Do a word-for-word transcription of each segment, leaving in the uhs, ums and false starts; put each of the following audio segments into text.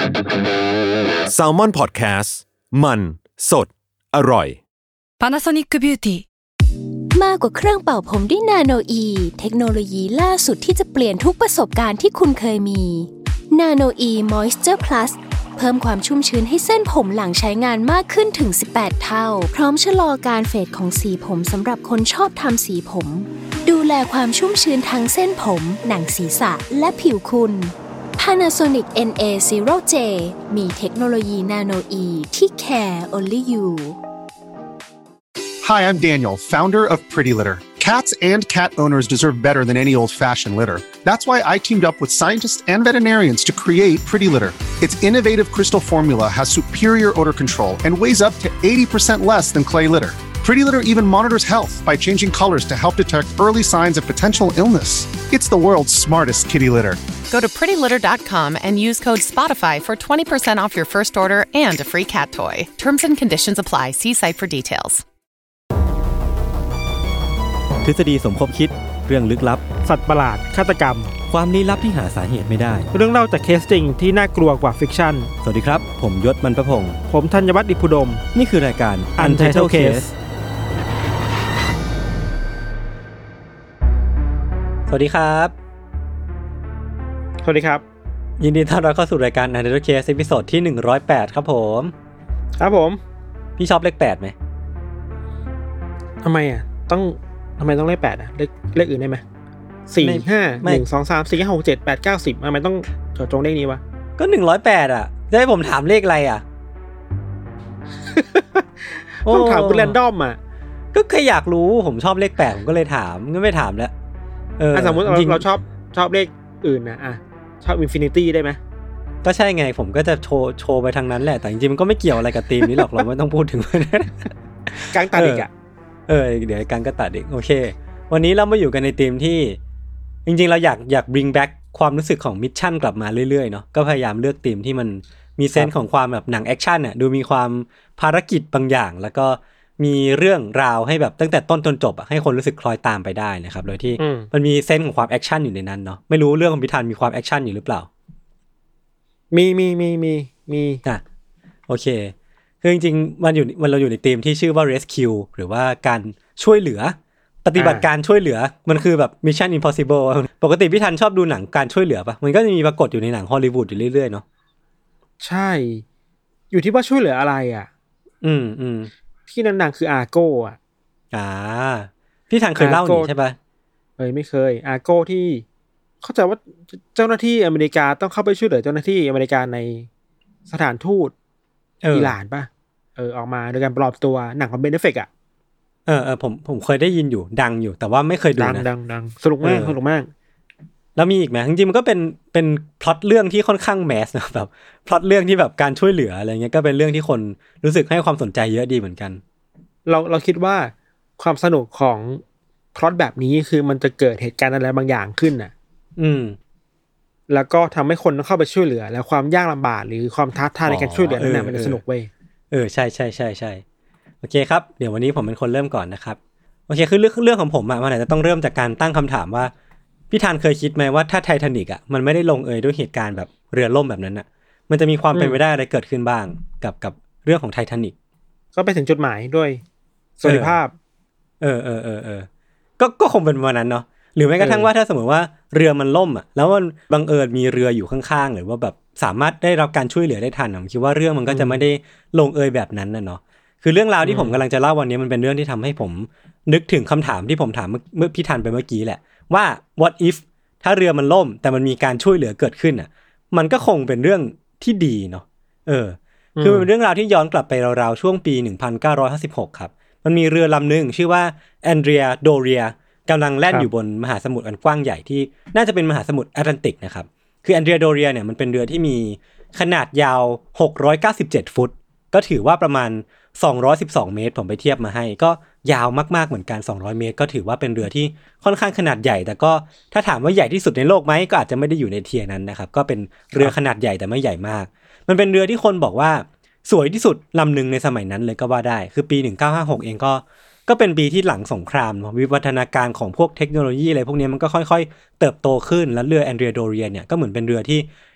Salmon Podcast มันสดอร่อย Panasonic Beauty มากกว่าเครื่องเป่าผมด้วยนาโนอีเทคโนโลยีล่าสุดที่จะเปลี่ยนทุกประสบการณ์ที่คุณเคยมีนาโนอีมอยส์เจอร์พลัสเพิ่มความชุ่มชื้นให้เส้นผมหลังใช้งานมากขึ้นถึงสิบแปดเท่าพร้อมชะลอการเฟดของสีผมสำหรับคนชอบทำสีผมดูแลความชุ่มชื้นทั้งเส้นผมหนังศีรษะและผิวคุณ Panasonic เอ็น เอ ศูนย์ เจ มีเทคโนโลยีนาโนอีที่ care only you Hi, I'm Daniel, founder of Pretty Litter. Cats and cat owners deserve better than any old-fashioned litter. That's why I teamed up with scientists and veterinarians to create Pretty Litter. Its innovative crystal formula has superior odor control and weighs up to eighty percent less than clay litter. Pretty Litter even monitors health by changing colors to help detect early signs of potential illness. It's the world's smartest kitty litter. Go to pretty litter dot com and use code SPOTIFY for twenty percent off your first order and a free cat toy. Terms and conditions apply. See site for details. ทฤษฎีสมคบคิดเรื่องลึกลับสัตว์ประหลาดฆาตกรรมความลี้ลับที่หาสาเหตุไม่ได้เรื่องเล่าจากเคสจริงที่น่ากลัวกว่าฟิกชั่นสวัสดีครับผมยศมันประพงษ์ผมธัญวัฒน์อิพุดมนี่คือรายการ Untitled Case สวัสดีครับสวัสดีครับยินดีต้อนรับเข้าสู่รายการ Untitled Case ตอนที่หนึ่งร้อยแปดครับผมครับผมพี่ชอบเลขแปดมั้ยทำไมอ่ะต้องทำไมต้องเลขแปดอ่ะเลขเลขอื่นได้ไหมสี่ ห้า หนึ่ง สอง สาม สี่ ห้า หก เจ็ด แปด เก้า สิบทำไมต้องเจาะจงเลขนี้วะก็หนึ่งร้อยแปดอ่ะจะให้ผมถามเลขอะไรอ่ะต้องถามคุณแรนดอมอ่ะก็แค่อยากรู้ผมชอบเลขแปดผมก็เลยถามงั้นไม่ถามแล้วเออสมมุติเราเราชอบชอบเลขอื่นนะอ่ะชอบอินฟินิตี้ได้ไหมก็ใช่ไงผมก็จะโชว์โชว์ไปทางนั้นแหละแต่จริงๆมันก็ไม่เกี่ยวอะไรกับธีมนี้หรอกเราไม่ต้องพูดถึงมันกลางตัดอีกอ่ะเออเดี๋ยวการก็ตัดอีกโอเควันนี้เรามาอยู่กันในธีมที่จริงๆเราอยากอยาก bring back ความรู้สึกของมิชชั่นกลับมาเรื่อยๆเนาะก็พยายามเลือกธีมที่มันมีเซนส์ของความแบบหนังแอคชั่นน่ะดูมีความภารกิจบางอย่างแล้วก็มีเรื่องราวให้แบบตั้งแต่ต้นจนจบอ่ะให้คนรู้สึกคล้อยตามไปได้นะครับโดยที่มันมีเซนส์ของความแอคชั่นอยู่ในนั้นเนาะไม่รู้เรื่องของพิธานมีความแอคชั่นอยู่หรือเปล่ามีมีมีมีมีอ่ะโอเคคือจริงๆมันอยู่มันเราอยู่ในธีมที่ชื่อว่า rescue หรือว่าการช่วยเหลือปฏิบัติการช่วยเหลือมันคือแบบ mission impossible ปกติพี่ทันชอบดูหนังการช่วยเหลือปะมันก็จะมีปรากฏอยู่ในหนังฮอลลีวูดอยู่เรื่อยๆเนาะใช่อยู่ที่ว่าช่วยเหลืออะไรอ่ะอืมอืมที่ดังๆคืออาโก้อ่ะอ่าพี่ทันเคยเล่านี่ใช่ปะเอ้ยไม่เคยอาโก้ที่เข้าใจว่าเจ้าหน้าที่อเมริกาต้องเข้าไปช่วยเหลือเจ้าหน้าที่อเมริกาในสถานทูตอิหร่านป่ะเออออกมาโดยการปลอมตัวหนังของเบนเอฟเฟกต์อ่ะเออเออผมผมเคยได้ยินอยู่ดังอยู่แต่ว่าไม่เคยดูนะดังดังดังสนุกมากสนุกมากแล้วมีอีกไหมจริงๆมันก็เป็นเป็นพล็อตเรื่องที่ค่อนข้างแมสนะแบบพล็อตเรื่องที่แบบการช่วยเหลืออะไรเงี้ยก็เป็นเรื่องที่คนรู้สึกให้ความสนใจเยอะดีเหมือนกันเราเราคิดว่าความสนุกของพล็อตแบบนี้คือมันจะเกิดเหตุการณ์อะไรบางอย่างขึ้นน่ะอืมแล้วก็ทำให้คนต้องเข้าไปช่วยเหลือแล้วความยากลำบากหรือความท้าทายในการช่วยเหลือนั่นน่ะมันจะสนุกเว้ยเออใช่ใช่ใช่ใช่โอเคครับเดี๋ยววันนี้ผมเป็นคนเริ่มก่อนนะครับโอเคคือเรื่องเรื่องของผมอ่ะมันอาจจะต้องเริ่มจากการตั้งคำถามว่าพี่ธานเคยคิดไหมว่าถ้าไททานิกอ่ะมันไม่ได้ลงเอยด้วยเหตุการณ์แบบเรือล่มแบบนั้นอ่ะมันจะมีความเป็นไปได้อะไรเกิดขึ้นบ้างกับกับเรื่องของไททานิกก็ไปถึงจุดหมายด้วยสวัสดิภาพเออเออเออเออก็ก็คงเป็นวันนั้นเนาะหรือแม้กระทั่งว่าถ้าสมมติว่าเรือมันล่มอ่ะแล้วมันบังเอิญมีเรืออยู่ข้างๆหรือว่าแบบสามารถได้รับการช่วยเหลือได้ทันผมคิดว่าเรื่องมันก็จะไม่ได้ลงเอยแบบนั้นน่ะเนาะคือเรื่องราวที่ผมกำลังจะเล่าวันนี้มันเป็นเรื่องที่ทำให้ผมนึกถึงคำถามที่ผมถามเมื่อพี่ทันไปเมื่อกี้แหละว่า what if ถ้าเรือมันล่มแต่มันมีการช่วยเหลือเกิดขึ้นอ่ะมันก็คงเป็นเรื่องที่ดีเนาะเออคือมันเป็นเรื่องราวที่ย้อนกลับไปราวๆช่วงปีหนึ่งพันเก้าร้อยห้าสิบหกครับมันมีเรือลำนึงชื่อว่าแอนเดรียโดเรียกำลังแล่นอยู่บนมหาสมุทรอันกว้างใหญ่ที่น่าจะเป็นมหาสมุทรแอตแลนติกนะครับคือแอนเดรียโดเรียเนี่ยมันเป็นเรือที่มีขนาดยาวหกร้อยเก้าสิบเจ็ดฟุตก็ถือว่าประมาณสองร้อยสิบสองเมตรผมไปเทียบมาให้ก็ยาวมากๆเหมือนกันสองร้อยเมตรก็ถือว่าเป็นเรือที่ค่อนข้างขนาดใหญ่แต่ก็ถ้าถามว่าใหญ่ที่สุดในโลกไหมก็อาจจะไม่ได้อยู่ในเทียร์นั้นนะครับก็เป็นเรือขนาดใหญ่แต่ไม่ใหญ่มากมันเป็นเรือที่คนบอกว่าสวยที่สุดลำนึงในสมัยนั้นเลยก็ว่าได้คือปีหนึ่งเก้าห้าหกเองก็ก็เป็นปีที่หลังสงครามวิวัฒนาการของพวกเทคโนโลยีอะไรพวกนี้มันก็ค่อยๆเติบโตขึ้นแล้วเรือแอนเดรียโดเรียเนี่ยก็เหมือนเป็นเรือที่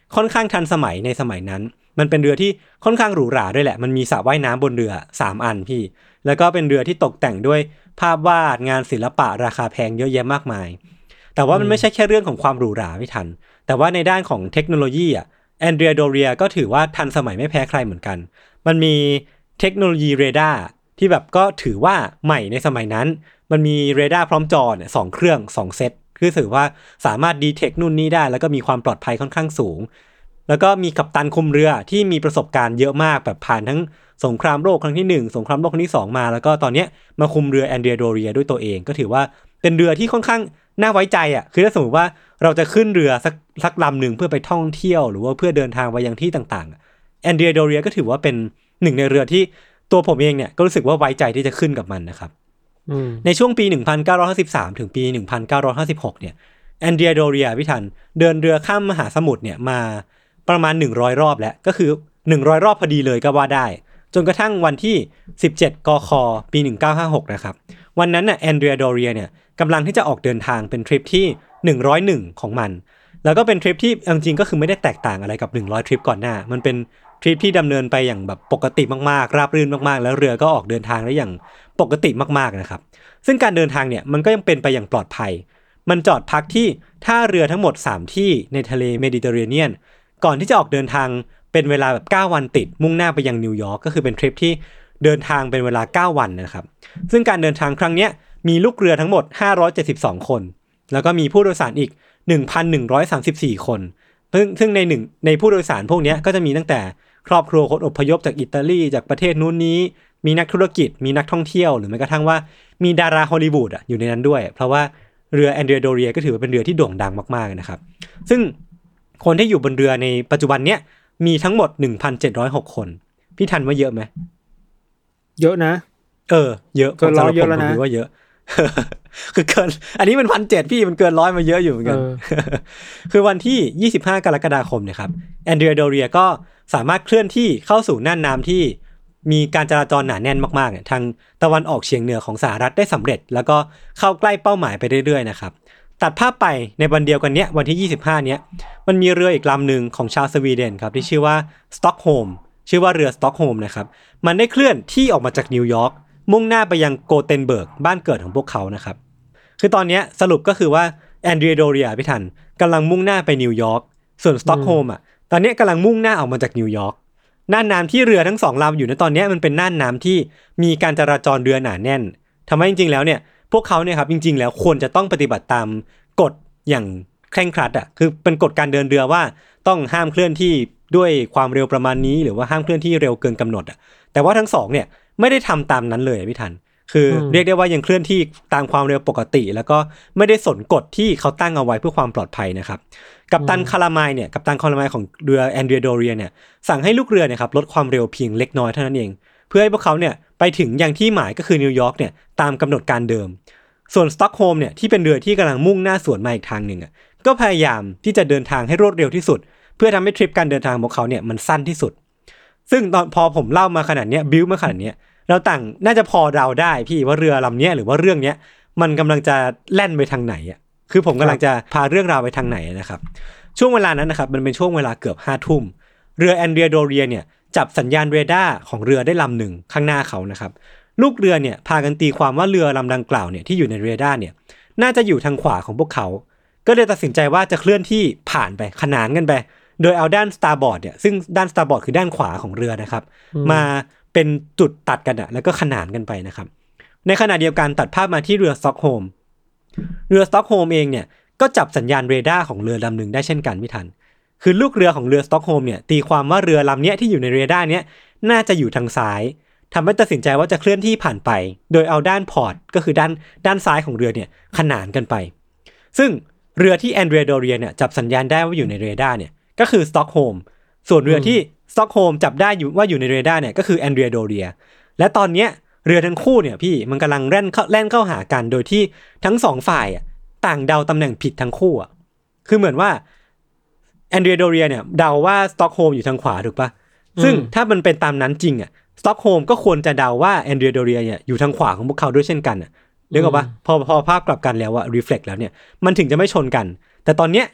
ค่อนข้างทันสมัยในสมัยนั้นมันเป็นเรือที่ค่อนข้างหรูหราด้วยแหละมันมีสระว่ายน้ำบนเรือสามอันพี่แล้วก็เป็นเรือที่ตกแต่งด้วยภาพวาดงานศิลปะราคาแพงเยอะแยะมากมายแต่ว่ามันไม่ใช่แค่เรื่องของความหรูหราไม่ทันแต่ว่าในด้านของเทคโนโลยีอ่ะแอนเดรียโดเรียก็ถือว่าทันสมัยไม่แพ้ใครเหมือนกันมันมีเทคโนโลยีเรดาร์ที่แบบก็ถือว่าใหม่ในสมัยนั้นมันมีเรดาร์พร้อมจอเนี่ยสองเครื่องสองเซตคือถือว่าสามารถดีเทคนู่นนี่ได้แล้วก็มีความปลอดภัยค่อนข้างสูงแล้วก็มีกัปตันคุมเรือที่มีประสบการณ์เยอะมากแบบผ่านทั้งสงครามโลกครั้งที่หนึ่งสงครามโลกครั้งที่สองมาแล้วก็ตอนนี้มาคุมเรือแอนเดรียโดเรียด้วยตัวเองก็ถือว่าเป็นเรือที่ค่อนข้างน่าไว้ใจอ่ะคือถ้าสมมติว่าเราจะขึ้นเรือสักสักลำหนึ่งเพื่อไปท่องเที่ยวหรือว่าเพื่อเดินทางไปยังที่ต่างๆแอนเดรียโดเรียก็ถือว่าเป็นหนึ่งในเรือที่ตัวผมเองเนี่ยก็รู้สึกว่าไว้ใจที่จะขึ้นกับมันนะครับในช่วงปีหนึ่งพันเก้าร้อยห้าสิบสามถึงปีหนึ่งพันเก้าร้อยห้าสิบหกเนี่ยแอนเดรียโดเรียพี่ทันเดินเรือข้ามมหาสมุทรเนี่ยมาประมาณหนึ่งร้อยรอบแล้วก็คือหนึ่งร้อยรอบพอดีเลยก็ว่าได้จนกระทั่งวันที่สิบเจ็ดกคปีหนึ่งพันเก้าร้อยห้าสิบหกนะครับวันนั้นน่ะแอนเดรียโดเรียเนี่ยกำลังที่จะออกเดินทางเป็นทริปที่หนึ่งร้อยเอ็ดของมันแล้วก็เป็นทริปที่จริงๆก็คือไม่ได้แตกต่างอะไรกับหนึ่งร้อยทริปก่อนหน้ามันเป็นทริปที่ดำเนินไปอย่างแบบปกติมากๆราบรื่นมากๆแล้วเรือก็ออกเดินทางได้อย่างปกติมากๆนะครับซึ่งการเดินทางเนี่ยมันก็ยังเป็นไปอย่างปลอดภัยมันจอดพักที่ท่าเรือทั้งหมดสามที่ในทะเลเมดิเตอร์เรเนียนก่อนที่จะออกเดินทางเป็นเวลาแบบเก้าวันติดมุ่งหน้าไปยังนิวยอร์กก็คือเป็นทริปที่เดินทางเป็นเวลาเก้าวันนะครับซึ่งการเดินทางครั้งเนี้ยมีลูกเรือทั้งหมดห้าร้อยเจ็ดสิบสองคนแล้วก็มีผู้โดยสารอีก หนึ่งพันหนึ่งร้อยสามสิบสี่ คนซึ่งซึ่งในหนึ่งในผู้โดยสารพวกนี้ก็จะมีตั้งแต่ครอบครัวคนอพยพจากอิตาลีจากประเทศนู้นนี้มีนักธุรกิจมีนักท่องเที่ยวหรือแม้กระทั่งว่ามีดาราฮอลลีวูดอ่ะอยู่ในนั้นด้วยเพราะว่าเรือแอนเดรียโดเรียก็ถือว่าเป็นเรือที่โด่งดังมากๆนะครับซึ่งคนที่อยู่บนเรือในปัจจุบันเนี้ยมีทั้งหมด หนึ่งพันเจ็ดร้อยหก คนพี่ทันว่าเยอะไหมเยอะนะเออเยอะเกินร้อยเยอะแล้วนะว่าเยอะ คือเกินอันนี้มัน หนึ่งพันเจ็ดร้อย พี่มันเกินร้อยมาเยอะอยู่เหมือนกัน คือวันที่ยี่สิบห้ากรกฎาคมเนี่ยครับแอนเดรียโดเรียก็สามารถเคลื่อนที่เข้าสู่น่านน้ำที่มีการจราจรหนาแน่นมากๆเนี่ยทางตะวันออกเฉียงเหนือของสหรัฐได้สำเร็จแล้วก็เข้าใกล้เป้าหมายไปเรื่อยๆนะครับตัดภาพไปในวันเดียวกันเนี้ยวันที่ยี่สิบห้าเนี้ยมันมีเรืออีกลำนึงของชาวสวีเดนครับที่ชื่อว่าสต็อกโฮล์มชื่อว่าเรือสต็อกโฮล์มนะครับมันได้เคลื่อนที่ออกมาจากนิวยอร์กมุ่งหน้าไปยังโกเทนเบิร์กบ้านเกิดของพวกเขานะครับคือตอนนี้สรุปก็คือว่าแอนเดรียโดเรียพี่ทันกำลังมุ่งหน้าไปนิวยอร์กส่วนสต็อกโฮล์มอ่ะตอนนี้กำลังมุ่งหน้าออกมาจากนิวยอร์กน่านน้ำที่เรือทั้งสองลำอยู่ในตอนนี้มันเป็นน่านน้ำที่มีการจราจรเรือหนาแน่นทำให้จริงๆแล้วเนี่ยพวกเขาเนี่ยครับจริงๆแล้วควรจะต้องปฏิบัติตามกฎอย่างเคร่งครัดอ่ะคือเป็นกฎการเดินเรือว่าต้องห้ามเคลื่อนที่ด้วยความเร็วประมาณนี้หรือว่าห้ามเคลื่อนที่เร็วเกินกำหนดอ่ะแต่ว่าทั้งสองเนี่ยไม่ได้ทำตามนั้นเลยพี่ทันคือเรียกได้ว่ายังเคลื่อนที่ตามความเร็วปกติแล้วก็ไม่ได้สนกฎที่เขาตั้งเอาไว้เพื่อความปลอดภัยนะครับกัปตันคาราไมล์เนี่ยกัปตันคาราไมล์ของเรือแอนเดรียโดเรียเนี่ยสั่งให้ลูกเรือเนี่ยครับลดความเร็วเพียงเล็กน้อยเท่านั้นเองเพื่อให้พวกเขาเนี่ยไปถึงยังที่หมายก็คือนิวยอร์กเนี่ยตามกำหนดการเดิมส่วนสต็อกโฮล์มเนี่ยที่เป็นเรือที่กำลังมุ่งหน้าสวนมาอีกทางหนึ่งอ่ะก็พยายามที่จะเดินทางให้รวดเร็วที่สุดเพื่อทำให้ทริปการเดินทางของเขาเนี่ยมันสั้นที่สุดซึ่งตอนพอผมเล่ามาขนาดเนี้ยบิวมาขนาดเนี้ยเราต่างน่าจะพอเดาได้พี่ว่าเรือลำนี้หรือว่าเรื่องนี้มันกำลังจะแล่นไปทางไหนอ่ะคือผมกำลังจะพาเรื่องราวไปทางไหนนะครับช่วงเวลานั้นนะครับมันเป็นช่วงเวลาเกือบห้าทุ่มเรือแอนเดรียโดเรียเนี่ยจับสัญญาณเรดาร์ของเรือได้ลำหนึ่งข้างหน้าเขานะครับลูกเรือเนี่ยพากันตีความว่าเรือลำดังกล่าวเนี่ยที่อยู่ในเรดาร์เนี่ยน่าจะอยู่ทางขวาของพวกเขาก็เลยตัดสินใจว่าจะเคลื่อนที่ผ่านไปขนานกันไปโดยเอาด้านสตาร์บอร์ดเนี่ยซึ่งด้านสตาร์บอร์ดคือด้านขวาของเรือนะครับมาเป็นจุดตัดกันอะแล้วก็ขนานกันไปนะครับในขณะเดียวกันตัดภาพมาที่เรือสต็อกโฮล์มเรือสต็อกโฮล์มเองเนี่ยก็จับสัญญาณเรดาร์ของเรือลำนึงได้เช่นกันไม่ทันคือลูกเรือของเรือสต็อกโฮล์มเนี่ยตีความว่าเรือลำเนี้ยที่อยู่ในเรดาร์เนี้ยน่าจะอยู่ทางซ้ายทำให้ตัดสินใจว่าจะเคลื่อนที่ผ่านไปโดยเอาด้านพอร์ตก็คือด้านด้านซ้ายของเรือเนี่ยขนานกันไปซึ่งเรือที่แอนเดรียโดเรียเนี่ยจับสัญญาณได้ว่าอยู่ในเรดาร์เนี่ยก็คือสต็อกโฮล์มส่วนเรือที่สต็อกโฮล์มจับได้อยู่ว่าอยู่ในเรดาร์เนี่ยก็คือแอนเดรียโดเรียและตอนเนี้ยเรือทั้งคู่เนี่ยพี่มันกำลังแล่นเข้าแล่นเข้าหากันโดยที่ทั้งสองฝ่ายอ่ะต่างเดาตำแหน่งผิดทั้งคู่อ่ะคือเหมือนว่าแอนเดรียโดเรียเนี่ยเดาว่าสต็อกโฮล์มอยู่ทางขวาถูกปะซึ่งถ้ามันเป็นตามนั้นจริงอ่ะสต็อกโฮล์มก็ควรจะเดาว่าแอนเดรียโดเรียเนี่ยอยู่ทางขวาของพวกเขาด้วยเช่นกันอ่ะเรียกว่าพอพอภาพกลับกันแล้วอ่ะรีเฟล็กแล้วเนี่ยมันถึงจะไม่ชนกันแต่ตอนเนี้ย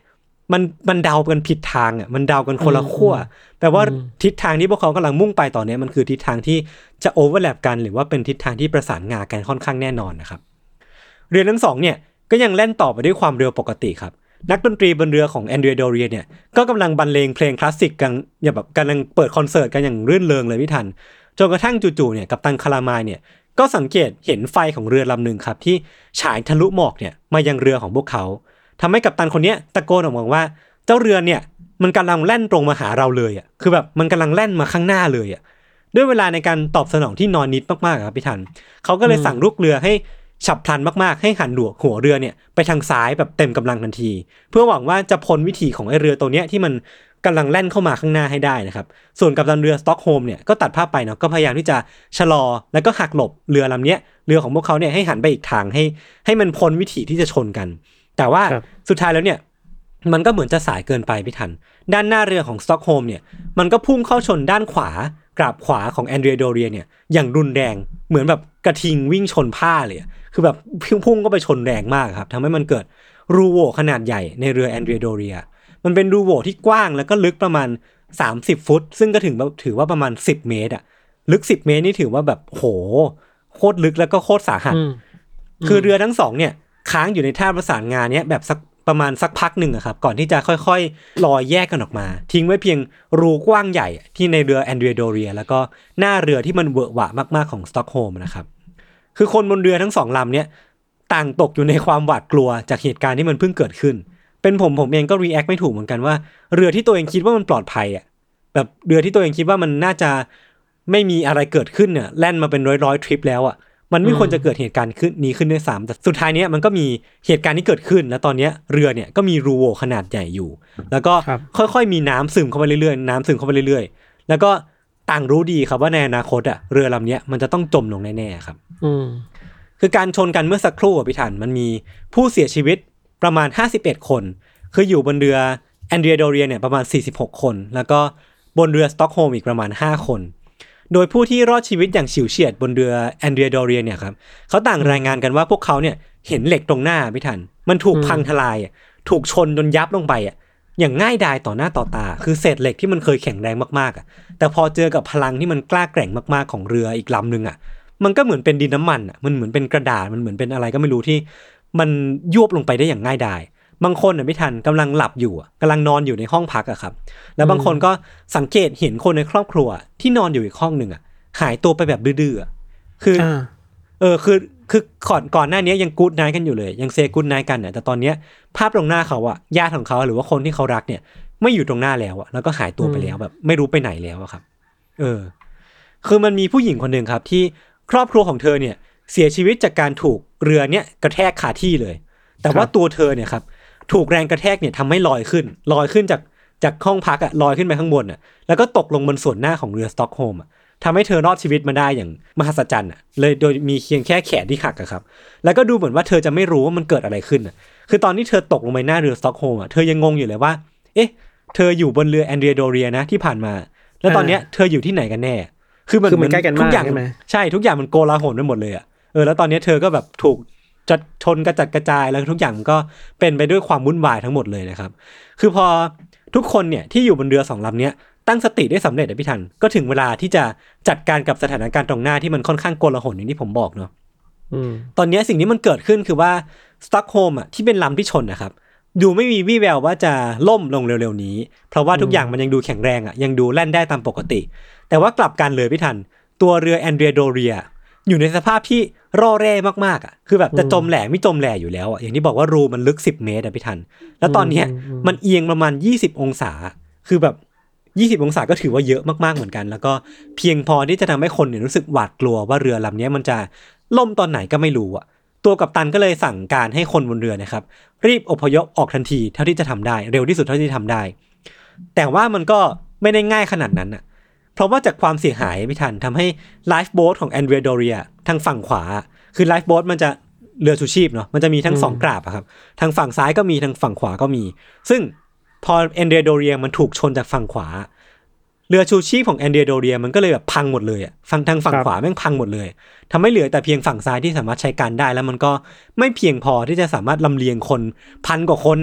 มันมันเดากันผิดทางอ่ะมันเดากันคนละขั้วแปลว่าทิศทางที่พวกเขากำลังมุ่งไปตอนนี้มันคือทิศทางที่จะโอเวอร์แลปกันหรือว่าเป็นทิศทางที่ประสานงากันค่อนข้างแน่นอนนะครับเรือทั้งสองเนี่ยก็ยังแล่นต่อไปด้วยความเร็วปกติครับนักดนตรีบนเรือของแอนเดรียโดเรียเนี่ยก็กำลังบรรเลงเพลงคลาสสิกกันอย่างแบบกำลังเปิดคอนเสิร์ตกันอย่างรื่นเริงเลยพี่ทันจนกระทั่งจู่ๆเนี่ยกัปตันคาลามายเนี่ยก็สังเกตเห็นไฟของเรือลำนึงครับที่ฉายทะลุหมอกเนี่ยมายังเรือของพวกเขาทำให้กัปตันคนนี้ตะโกนออกมาว่าเจ้าเรือเนี่ยมันกำลังแล่นตรงมาหาเราเลยอ่ะคือแบบมันกำลังแล่นมาข้างหน้าเลยอ่ะด้วยเวลาในการตอบสนองที่นอนนิดมากๆครับพี่ทันเขาก็เลยสั่งลูกเรือให้ฉับพลันมากๆให้หันหัวหัวเรือเนี่ยไปทางซ้ายแบบเต็มกำลังทันทีเพื่อหวังว่าจะพ้นวิถีของไอ้เรือตัวเนี้ยที่มันกำลังแล่นเข้ามาข้างหน้าให้ได้นะครับส่วนกัปตันเรือสต็อกโฮล์มเนี่ยก็ตัดภาพไปเนาะก็พยายามที่จะชะลอแล้วก็หักหลบเรือลำเนี้ยเรือของพวกเขาเนี่ยให้หันไปอีกทางให้ให้มันพ้นวิถีที่จะชนกันแต่ว่าสุดท้ายแล้วเนี่ยมันก็เหมือนจะสายเกินไปพี่ทันด้านหน้าเรือของสต็อกโฮล์มเนี่ยมันก็พุ่งเข้าชนด้านขวากราบขวาของแอนเดรียโดเรียเนี่ยอย่างรุนแรงเหมือนแบบกระทิงวิ่งชนผ้าเลยคือแบบพุ่งก็ไปชนแรงมากครับทำให้มันเกิดรูโหว่ขนาดใหญ่ในเรือแอนเดรียโดเรียมันเป็นรูโหว่ที่กว้างแล้วก็ลึกประมาณสามสิบฟุตซึ่งก็ถึงถือว่าประมาณสิบเมตรอ่ะลึกสิบเมตรนี่ถือว่าแบบโหโคตรลึกแล้วก็โคตรสาหัสคือเรือทั้งสองเนี่ยค้างอยู่ในท่าประสานงานเนี้ยแบบสักประมาณสักพักหนึ่งอะครับก่อนที่จะค่อยๆลอยแยกกันออกมาทิ้งไว้เพียงรูกว้างใหญ่ที่ในเรือแอนเดรียโดเรียแล้วก็หน้าเรือที่มันเวอะหวะมากๆของสต็อกโฮล์มนะครับคือคนบนเรือทั้งสองลำเนี้ยต่างตกอยู่ในความหวาดกลัวจากเหตุการณ์ที่มันเพิ่งเกิดขึ้นเป็นผมผมเองก็รีแอคไม่ถูกเหมือนกันว่าเรือที่ตัวเองคิดว่ามันปลอดภัยอ่ะแบบเรือที่ตัวเองคิดว่ามันน่าจะไม่มีอะไรเกิดขึ้นเนี่ยแล่นมาเป็นร้อยๆทริปแล้วอ่ะมันไม่ควรจะเกิดเหตุการณ์ขึ้นนี้ขึ้นด้วยซ้ำแต่สุดท้ายเนี้ยมันก็มีเหตุการณ์ที่เกิดขึ้นแล้วตอนเนี้ยเรือเนี่ยก็มีรูโหว่ขนาดใหญ่อยู่แล้วก็ค่อยๆมีน้ำซึมเข้าไปเรื่อยๆน้ำซึมเข้าไปเรื่อยๆแล้วก็ต่างรู้ดีครับว่าในอนาคตอ่ะเรือลำเนี้ยมันจะต้องจมลงแน่ๆครับคือการชนกันเมื่อสักครู่อ่ะพี่ทันมันมีผู้เสียชีวิตประมาณห้าสิบเอ็ดคนคืออยู่บนเรือแอนเดรียโดเรียเนี่ยประมาณสี่สิบหกคนแล้วก็บนเรือสต็อกโฮล์มอีกประมาณห้าคนโดยผู้ที่รอดชีวิตอย่างฉิวเฉียดบนเรือแอนเดรียโดเรียเนี่ยครับเขาต่างรายงานกันว่าพวกเขาเนี่ยเห็นเหล็กตรงหน้าพี่ทันมันถูกพังทลายถูกชนจนยับลงไปอ่ะอย่างง่ายดายต่อหน้าต่อตาคือเศษเหล็กที่มันเคยแข็งแรงมากๆอ่ะแต่พอเจอกับพลังที่มันกล้าแกร่งมากๆของเรืออีกลำนึงอ่ะมันก็เหมือนเป็นดินน้ำมันอ่ะมันเหมือนเป็นกระดาษมันเหมือนเป็นอะไรก็ไม่รู้ที่มันยวบลงไปได้อย่างง่ายดายบางคนน่ะไม่ทันกำลังหลับอยู่กำลังนอนอยู่ในห้องพักอะครับแล้วบางคนก็สังเกตเห็นคนในครอบครัวที่นอนอยู่อีกห้องนึงอะหายตัวไปแบบดื้อๆคือเออคือคือก่อนก่อนหน้านี้ยังกู๊ดไนท์กันอยู่เลยยังเซกู๊ดไนท์กันเนี่ยแต่ตอนเนี้ยภาพตรงหน้าเขาอะญาติของเขาหรือว่าคนที่เขารักเนี่ยไม่อยู่ตรงหน้าแล้วอะแล้วก็หายตัวไปแล้วแบบไม่รู้ไปไหนแล้วอะครับเออคือมันมีผู้หญิงคนนึงครับที่ครอบครัวของเธอเนี่ยเสียชีวิตจากการถูกเรือเนี่ยกระแทกคาที่เลยแต่ว่าตัวเธอเนี่ยครับถูกแรงกระแทกเนี่ยทำให้ลอยขึ้นลอยขึ้นจากจากห้องพักอะลอยขึ้นไปข้างบนอะแล้วก็ตกลงบนส่วนหน้าของเรือสต็อกโฮล์มอะทำให้เธอรอดชีวิตมาได้อย่างมหัศจรรย์อะเลยโดยมีเพียงแค่แขนที่หักอะครับแล้วก็ดูเหมือนว่าเธอจะไม่รู้ว่ามันเกิดอะไรขึ้นอะคือตอนที่เธอตกลงไปหน้าเรือสต็อกโฮล์มอะเธอยังงงอยู่เลยว่าเอ๊ะเธออยู่บนเรือแอนเดรียโดเรียนะที่ผ่านมาแล้วตอนเนี้ยเธออยู่ที่ไหนกันแน่คือมันมันทุกอย่างใช่ทุกอย่างมันโกลาหลไปหมดเลยอะเออแล้วตอนนี้เธอก็แบบถูกจัดชนกระจัดกระจายแล้วทุกอย่างก็เป็นไปด้วยความวุ่นวายทั้งหมดเลยนะครับคือพอทุกคนเนี่ยที่อยู่บนเรือสองลำนี้ตั้งสติได้สำเร็จนะพี่ทันก็ถึงเวลาที่จะจัดการกับสถานการณ์ตรงหน้าที่มันค่อนข้างโกลาหลอย่างที่ผมบอกเนาะตอนนี้สิ่งที่มันเกิดขึ้นคือว่าสต็อกโฮล์มอ่ะที่เป็นลำที่ชนนะครับดูไม่มีวี่แววว่าจะล่มลงเร็วๆนี้เพราะว่าทุกอย่างมันยังดูแข็งแรงอ่ะยังดูแล่นได้ตามปกติแต่ว่ากลับกันเลยพี่ทันตัวเรือแอนเดรียโดเรียอยู่ในสภาพที่ร่อแร่มากๆอ่ะคือแบบจะจมแหล่ไม่จมแหล่อยู่แล้วอ่ะอย่างที่บอกว่ารูมันลึกสิบเมตรอ่ะพี่ทันแล้วตอนนี้มันเอียงประมาณยี่สิบองศาคือแบบยี่สิบองศาก็ถือว่าเยอะมากๆเหมือนกันแล้วก็เพียงพอที่จะทำให้คนเนี่ยรู้สึกหวาดกลัวว่าเรือลำนี้มันจะล่มตอนไหนก็ไม่รู้อ่ะตัวกัปตันก็เลยสั่งการให้คนบนเรือนะครับรีบอพยพออกทันทีเท่าที่จะทำได้เร็วที่สุดเท่าที่ทำได้แต่ว่ามันก็ไม่ได้ง่ายขนาดนั้นอ่ะเพราะว่าจากความเสียหายไม่ทันทำให้ไลฟ์โบ๊ทของแอนเดรียโดเรียทางฝั่งขวาคือไลฟ์โบ๊ทมันจะเรือชูชีพเนาะมันจะมีทั้งสองกราบอะครับทางฝั่งซ้ายก็มีทางฝั่งขวาก็มีซึ่งพอแอนเดรียโดเรียมันถูกชนจากฝั่งขวาเรือชูชีพของแอนเดรียโดเรียมันก็เลยแบบพังหมดเลยอ่ะฝั่งทางฝั่งขวาแม่งพังหมดเลยทำให้เหลือแต่เพียงฝั่งซ้ายที่สามารถใช้การได้แล้วมันก็ไม่เพียงพอที่จะสามารถลำเลียงคนพันกว่าคนน่ะ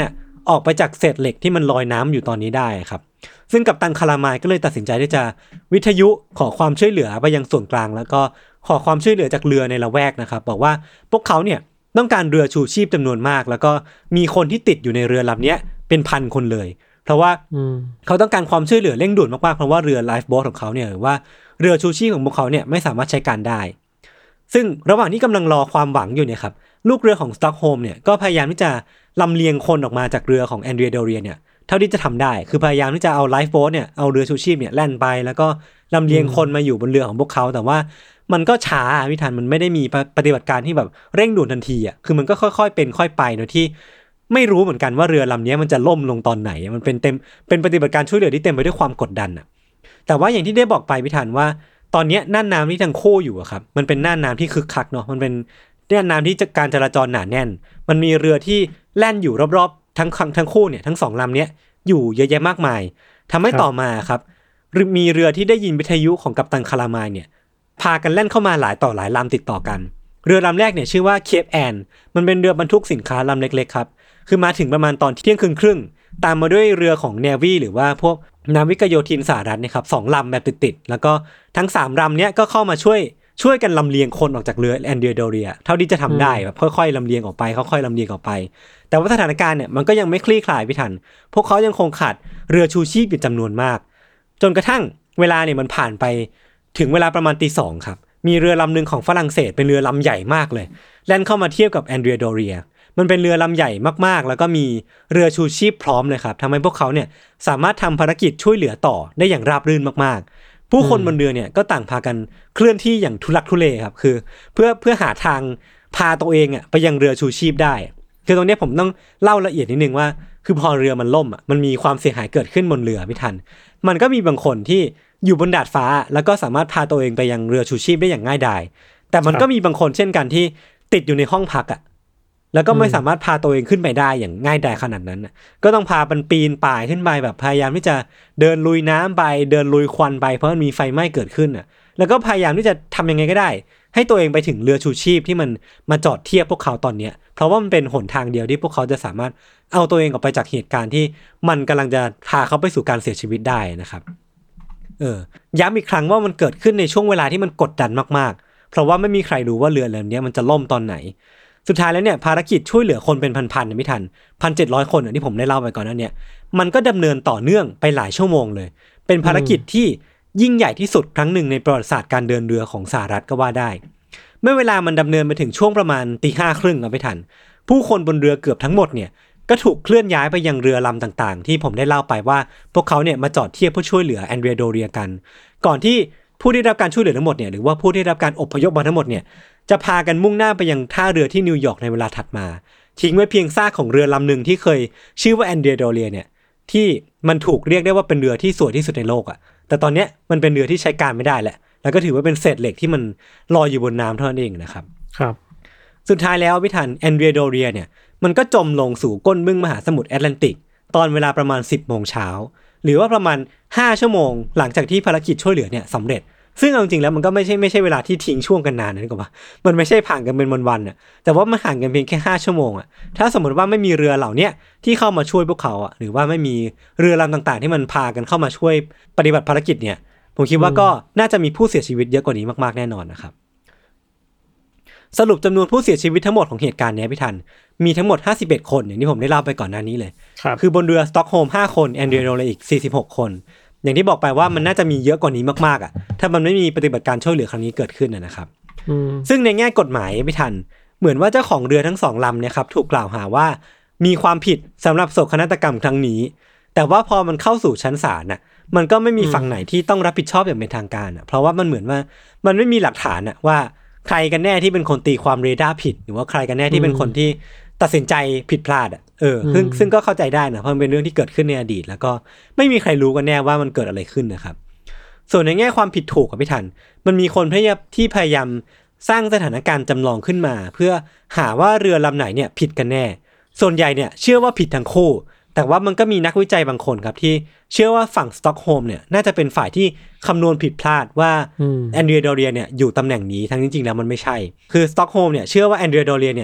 ออกไปจากเศษเหล็กที่มันลอยน้ำอยู่ตอนนี้ได้ครับซึ่งกัปตันคารามายก็เลยตัดสินใจที่จะวิทยุขอความช่วยเหลือไปยังส่วนกลางแล้วก็ขอความช่วยเหลือจากเรือในละแวกนะครับบอกว่าพวกเขาเนี่ยต้องการเรือชูชีพจำนวนมากแล้วก็มีคนที่ติดอยู่ในเรือลำนี้เป็นพันคนเลยเพราะว่าเขาต้องการความช่วยเหลือเร่งด่วนมากๆเพราะว่าเรือไลฟ์โบ๊ทของเขาเนี่ยหรือว่าเรือชูชีพของพวกเขาเนี่ยไม่สามารถใช้การได้ซึ่งระหว่างที่กำลังรอความหวังอยู่เนี่ยครับลูกเรือของสต็อกโฮล์มเนี่ยก็พยายามที่จะลำเลียงคนออกมาจากเรือของแอนเดรียเดเรียเนี่ยเท่าที่จะทำได้คือพยายามที่จะเอาไลฟ์โบ๊ทเนี่ยเอาเรือชูชีพเนี่ยแล่นไปแล้วก็ลำเลียงคนมาอยู่บนเรือของพวกเขาแต่ว่ามันก็ช้าพี่ทันมันไม่ได้มีปฏิบัติการที่แบบเร่งด่วนทันทีอ่ะคือมันก็ค่อยๆเป็นค่อยไปโดยที่ไม่รู้เหมือนกันว่าเรือลำนี้มันจะล่มลงตอนไหนมันเป็นเต็มเป็นปฏิบัติการช่วยเหลือที่เต็มไปด้วยความกดดันอ่ะแต่ว่าอย่างที่ได้บอกไปพี่ทันว่าตอนนี้น่านน้ำที่ทั้งคู่อยู่อะครับมันเป็นน่านน้ำที่คึกคักเนาะมันเป็นน่านน้ำที่การจราจรหนาแน่นมันมีเรือที่แล่นอยู่รอบๆทั้งทั้งคู่เนี่ยทั้งสองลำเนี้ยอยู่เยอะแยะมากมายทำให้ต่อมาครับมีเรือที่ได้ยินวิทยุของกัปตันคารามายเนี่ยพากันแล่นเข้ามาหลายต่อหลายลำติดต่อกันเรือลำแรกเนี่ยชื่อว่าเคปแอนมันเป็นเรือบรรทุกสินค้าลำเล็กๆครับคือมาถึงประมาณตอนเที่ยงคืนครึ่งตามมาด้วยเรือของเนวีหรือว่าพวกนาวิกโยธินสหรัฐนะครับสองลำแบบติดๆแล้วก็ทั้งสามลำเนี้ยก็เข้ามาช่วยช่วยกันลำเลียงคนออกจากเรือแอนเดรียเดเรียเท่าที่จะทำได้แบบค่อยๆลำเลียงออกไปค่อยๆลำเลียงออกไปแต่ว่าสถานการณ์เนี่ยมันก็ยังไม่คลี่คลายพี่ทันพวกเขายังคงขาดเรือชูชีพอยู่จำนวนมากจนกระทั่งเวลาเนี่ยมันผ่านไปถึงเวลาประมาณตีสองครับมีเรือลำนึงของฝรั่งเศสเป็นเรือลำใหญ่มากเลยแล่นเข้ามาเทียบกับแอนเดรียเดเรียมันเป็นเรือลำใหญ่มากๆแล้วก็มีเรือชูชีพพร้อมเลยครับทำให้พวกเขาเนี่ยสามารถทำภารกิจช่วยเหลือต่อได้อย่างราบรื่นมากๆผู้คนบนเรือเนี่ยก็ต่างพากันเคลื่อนที่อย่างทุลักทุเลครับคือเพื่อเพื่อหาทางพาตัวเองอ่ะไปยังเรือชูชีพได้คือตรงนี้ผมต้องเล่าละเอียดนิดนึงว่าคือพอเรือมันล่มอ่ะมันมีความเสียหายเกิดขึ้นบนเรือพี่ทันมันก็มีบางคนที่อยู่บนดาดฟ้าแล้วก็สามารถพาตัวเองไปยังเรือชูชีพได้อย่างง่ายดายแต่มันก็มีบางคนเช่นกันที่ติดอยู่ในห้องพักอ่ะแล้วก็ไม่สามารถพาตัวเองขึ้นไปได้อย่างง่ายดายขนาดนั้นน่ะก็ต้องพามันปีนป่ายขึ้นไปแบบพยายามที่จะเดินลุยน้ำไปเดินลุยควันไปเพราะมันมีไฟไหม้เกิดขึ้นน่ะแล้วก็พยายามที่จะทำยังไงก็ได้ให้ตัวเองไปถึงเรือชูชีพที่มันมาจอดเทียบพวกเขาตอนเนี้ยเพราะว่ามันเป็นหนทางเดียวที่พวกเขาจะสามารถเอาตัวเองออกไปจากเหตุการณ์ที่มันกำลังจะพาเขาไปสู่การเสียชีวิตได้นะครับเออย้ำอีกครั้งว่ามันเกิดขึ้นในช่วงเวลาที่มันกดดันมากๆเพราะว่าไม่มีใครรู้ว่าเรือลำนี้มันจะล่มตอนไหนสุดท้ายแล้วเนี่ยภารกิจช่วยเหลือคนเป็นพันๆเนี่ยไม่ทัน หนึ่งพันเจ็ดร้อย คนอ่ะที่ผมได้เล่าไปก่อนนั้นเนี่ยมันก็ดำเนินต่อเนื่องไปหลายชั่วโมงเลยเป็นภารกิจที่ยิ่งใหญ่ที่สุดครั้งหนึ่งในประวัติศาสตร์การเดินเรือของสหรัฐก็ว่าได้เมื่อเวลามันดำเนินไปถึงช่วงประมาณตีห้าครึ่งไม่ทันผู้คนบนเรือเกือบทั้งหมดเนี่ยก็ถูกเคลื่อนย้ายไปยังเรือลำต่างๆที่ผมได้เล่าไปว่าพวกเขาเนี่ยมาจอดเทียบเพื่อช่วยเหลือแอนเดรียเดเรียกันก่อนที่ผู้ได้รับการช่วยเหลือทั้งหมดเนี่ยหรือว่าผู้ได้รับการอพยพมาทั้งหมดเนี่ยจะพากันมุ่งหน้าไปยังท่าเรือที่นิวยอร์กในเวลาถัดมาทิ้งไว้เพียงซากของเรือลำหนึ่งที่เคยชื่อว่าแอนเดรียเดเรียเนี่ยที่มันถูกเรียกได้ว่าเป็นเรือที่สวยที่สุดในโลกอ่ะแต่ตอนเนี้ยมันเป็นเรือที่ใช้การไม่ได้แหละแล้วก็ถือว่าเป็นเศษเหล็กที่มันลอยอยู่บนน้ำเท่านั้นเองนะครับครับสุดท้ายแล้วพี่ทันแอนเดรียเดเรียเนี่ยมันก็จมลงสู่ก้นบึ้งมหาสมุทรแอตแลนติกตอนเวลาประมาณ สิบโมงเช้าหรือว่าประมาณห้าชั่วโมงหลังจากที่ภารกิจช่วยเหลือเนี่ยสำเร็จซึ่งเอาจริงๆแล้วมันก็ไม่ใช่ไม่ใช่เวลาที่ทิ้งช่วงกันนานนะก็ว่ามันไม่ใช่ผ่านกันเป็นวันๆน่ะแต่ว่ามันห่างกันเพียงแค่ห้าชั่วโมงอ่ะถ้าสมมติว่าไม่มีเรือเหล่านี้ที่เข้ามาช่วยพวกเขาอ่ะหรือว่าไม่มีเรือลำต่างๆที่มันพากันเข้ามาช่วยปฏิบัติภารกิจเนี่ยผมคิดว่าก็น่าจะมีผู้เสียชีวิตเยอะกว่านี้มากๆแน่นอนนะครับสรุปจำนวนผู้เสียชีวิตทั้งหมดของเหตุการณ์นี้พี่ทันมีทั้งหมดห้าสิบเอ็ดคนอย่างที่ผมได้เล่าไปก่อนหน้านี้เลยคือบนเรือสต็อกโฮล์มห้าคนแอนเดรียเดเรียอีกสี่สิบหกคนอย่างที่บอกไปว่ามันน่าจะมีเยอะกว่านี้มากๆอ่ะถ้ามันไม่มีปฏิบัติการช่วยเหลือครั้งนี้เกิดขึ้นนะครับซึ่งในแง่กฎหมายไม่ทันเหมือนว่าเจ้าของเรือทั้งสองลำเนี่ยครับถูกกล่าวหาว่ามีความผิดสำหรับโศกนาฏกรรมครั้งนี้แต่ว่าพอมันเข้าสู่ชั้นศาลน่ะมันก็ไม่มีฝั่งไหนที่ต้องรับผิดชอบอย่างเป็นทางการอ่ะเพราะว่ามันเหมือนว่ามันไม่มีหลักฐานอ่ะว่าใครกันแน่ที่เป็นคนตีความเรดาร์ผิดหรือว่าใครกันแน่ที่เป็นคนที่ตัดสินใจผิดพลาดอ่ะเออซึ่งซึ่งก็เข้าใจได้นะเพราะมันเป็นเรื่องที่เกิดขึ้นในอดีตแล้วก็ไม่มีใครรู้กันแน่ว่ามันเกิดอะไรขึ้นนะครับส่วนในแง่ความผิดถูกกับพี่ทันมันมีคนพยายามที่พยายามสร้างสถานการณ์จำลองขึ้นมาเพื่อหาว่าเรือลำไหนเนี่ยผิดกันแน่ส่วนใหญ่เนี่ยเชื่อว่าผิดทั้งคู่แต่ว่ามันก็มีนักวิจัยบางคนครับที่เชื่อว่าฝั่งสต็อกโฮล์มเนี่ยน่าจะเป็นฝ่ายที่คำนวณผิดพลาดว่าแอนเดรียเดเรียเนี่ยอยู่ตำแหน่งนี้ทั้งจริงๆแล้วมันไม่ใช่คือสต็อกโฮล์มเนี่ยเชื่อว่าแอนเดรียเดเรียเนี่ย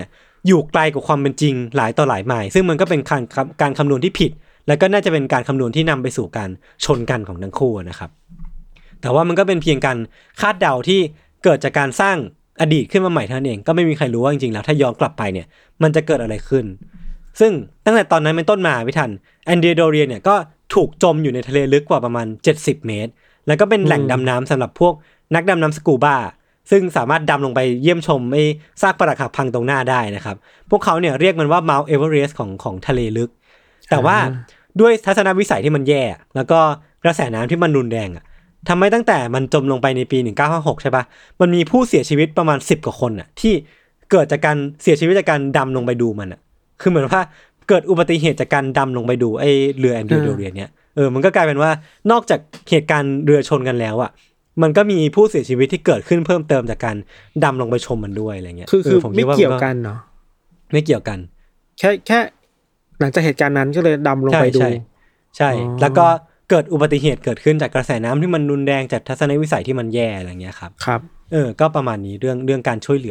อยู่ไกลกว่าความเป็นจริงหลายต่อหลายไมล์ซึ่งมันก็เป็นการการคำนวณที่ผิดแล้วก็น่าจะเป็นการคำนวณที่นำไปสู่การชนกันของทั้งคู่นะครับแต่ว่ามันก็เป็นเพียงการคาดเดาที่เกิดจากการสร้างอดีตขึ้นมาใหม่เท่านั้นเองก็ไม่มีใครรู้ว่าจริงๆแล้วถ้าย้อนกลับไปเนี่ยมันจะเกิดอะไรขึ้นซึ่งตั้งแต่ตอนนั้นเป็นต้นมาพี่ทันแอนเดรโดเรียเนี่ยก็ถูกจมอยู่ในทะเลลึกกว่าประมาณเจ็ดสิบเมตรแล้วก็เป็นแหล่งดำน้ำสำหรับพวกนักดำน้ำสกูบ้าซึ่งสามารถดำลงไปเยี่ยมชมไอ้ซากปรักหักพังตรงหน้าได้นะครับพวกเขาเนี่ยเรียกมันว่า Mount Everest ของของทะเลลึกแต่ว่าด้วยทัศนวิสัยที่มันแย่แล้วก็กระแสน้ำที่มันรุนแรงอ่ะทำให้ตั้งแต่มันจมลงไปในปีหนึ่งเก้าห้าหกใช่ปะมันมีผู้เสียชีวิตประมาณสิบกว่าคนอ่ะที่เกิดจากการเสียชีวิตจากการดำลงไปดูมันอ่ะคือเหมือนว่าเกิดอุบัติเหตุจากการดำลงไปดูไอ้เรือแอนเดรโดเรียเนี่ยเออมันก็กลายเป็นว่านอกจากเหตุการณ์เรือชนกันแล้วอ่ะมันก็มีผู้เสียชีวิตที่เกิดขึ้นเพิ่มเติมจากการดำลงไปชมมันด้วยอะไรเงี้ยคือคือไม่เกี่ยวกันเนาะไม่เกี่ยวกันแค่แค่หลังจากเหตุการณ์นั้นก็เลยดำลงไปดูใช่แล้วก็เกิดอุบัติเหตุเกิดขึ้นจากกระแสน้ำที่มันรุนแรงจากทัศนวิสัยที่มันแย่อะไรเงี้ยครับครับเออก็ประมาณนี้เรื่องเรื่องการช่วยเหลือ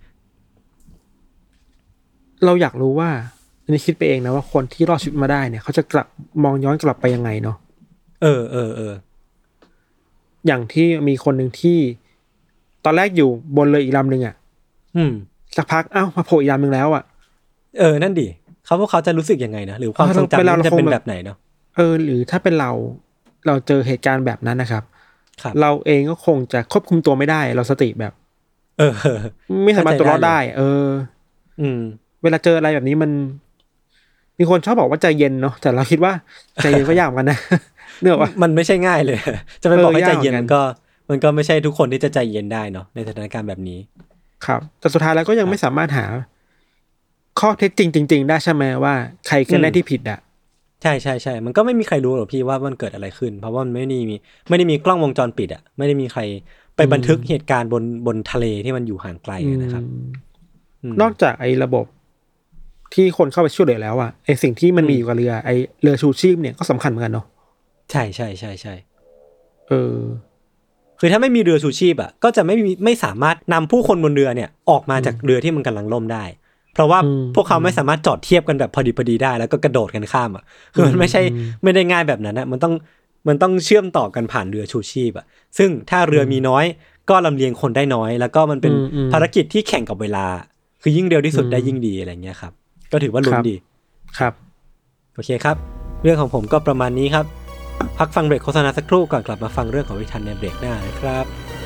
เราอยากรู้ว่าอันนี้คิดไปเองนะว่าคนที่รอดชีวิตมาได้เนี่ยเขาจะกลับมองย้อนกลับไปยังไงเนาะเออเออเอออย่างที่มีคนหนึ่งที่ตอนแรกอยู่บนเรืออีกลำหนึ่งอ่ะอืมสักพักเอ้ามาโผล่อีกลำหนึ่งแล้วอ่ะเออนั่นดิเขาพวกเขาจะรู้สึกยังไงนะหรือความทรงจำจะเป็นแบบไหนเนาะเออหรือถ้าเป็นเราเราเจอเหตุการณ์แบบนั้นนะครับครับเราเองก็คงจะควบคุมตัวไม่ได้เราสติแบบเออไม่สามารถตัวรอดได้เอออืมเวลาเจออะไรแบบนี้มันมีคนชอบบอกว่าใจเย็นเนาะแต่เราคิดว่าใจเย็นก็ยากเหมือนกันนะเนื่องว่ามันไม่ใช่ง่ายเลยจะไปบอกให้ใจเย็นก็มันก็ไม่ใช่ทุกคนที่จะใจเย็นได้เนาะในสถานการณ์แบบนี้ครับแต่สุดท้ายแล้วก็ยังไม่สามารถหาข้อเท็จจริงจริงๆได้ใช่ไหมว่าใครกันแน่ที่ผิดอ่ะใช่ใช่ใช่มันก็ไม่มีใครรู้หรอกพี่ว่ามันเกิดอะไรขึ้นเพราะว่ามันไม่ได้มีไม่ได้มีกล้องวงจรปิดอ่ะไม่ได้มีใครไปบันทึกเหตุการณ์บนบนทะเลที่มันอยู่ห่างไกลนะครับนอกจากไอ้ระบบที่คนเข้าไปช่วยเหลือแล้วอ่ะไอ้สิ่งที่มันมีอยู่กับเรือไอ้เรือชูชีพเนี่ยก็สำคัญเหมือนกันเนาะใช่ใช่ใช่ใช่เออคือถ้าไม่มีเรือชูชีพอ่ะก็จะไม่มีไม่สามารถนำผู้คนบนเรือเนี่ยออกมาจากเรือที่มันกำลังล่มได้เพราะว่าพวกเขาไม่สามารถจอดเทียบกันแบบพอดีพอดีได้แล้วก็กระโดดกันข้ามอ่ะคือมันไม่ใช่ไม่ได้ง่ายแบบนั้นนะมันต้องมันต้องเชื่อมต่อกันผ่านเรือชูชีพอ่ะซึ่งถ้าเรือมีน้อยก็ลำเลียงคนได้น้อยแล้วก็มันเป็นภารกิจที่แข่งกับเวลาคือยิ่งเร็วที่สุดได้ยิ่งดีอะไรเงี้ยครับก็ถือว่าลุ้นดีครับโอเคครับเรื่องของผมก็ประมาณนี้ครับพักฟังเบรกโฆษณาสักครู่ก่อนกลับมาฟังเรื่องของวิธันในเบรกหน้านะครับ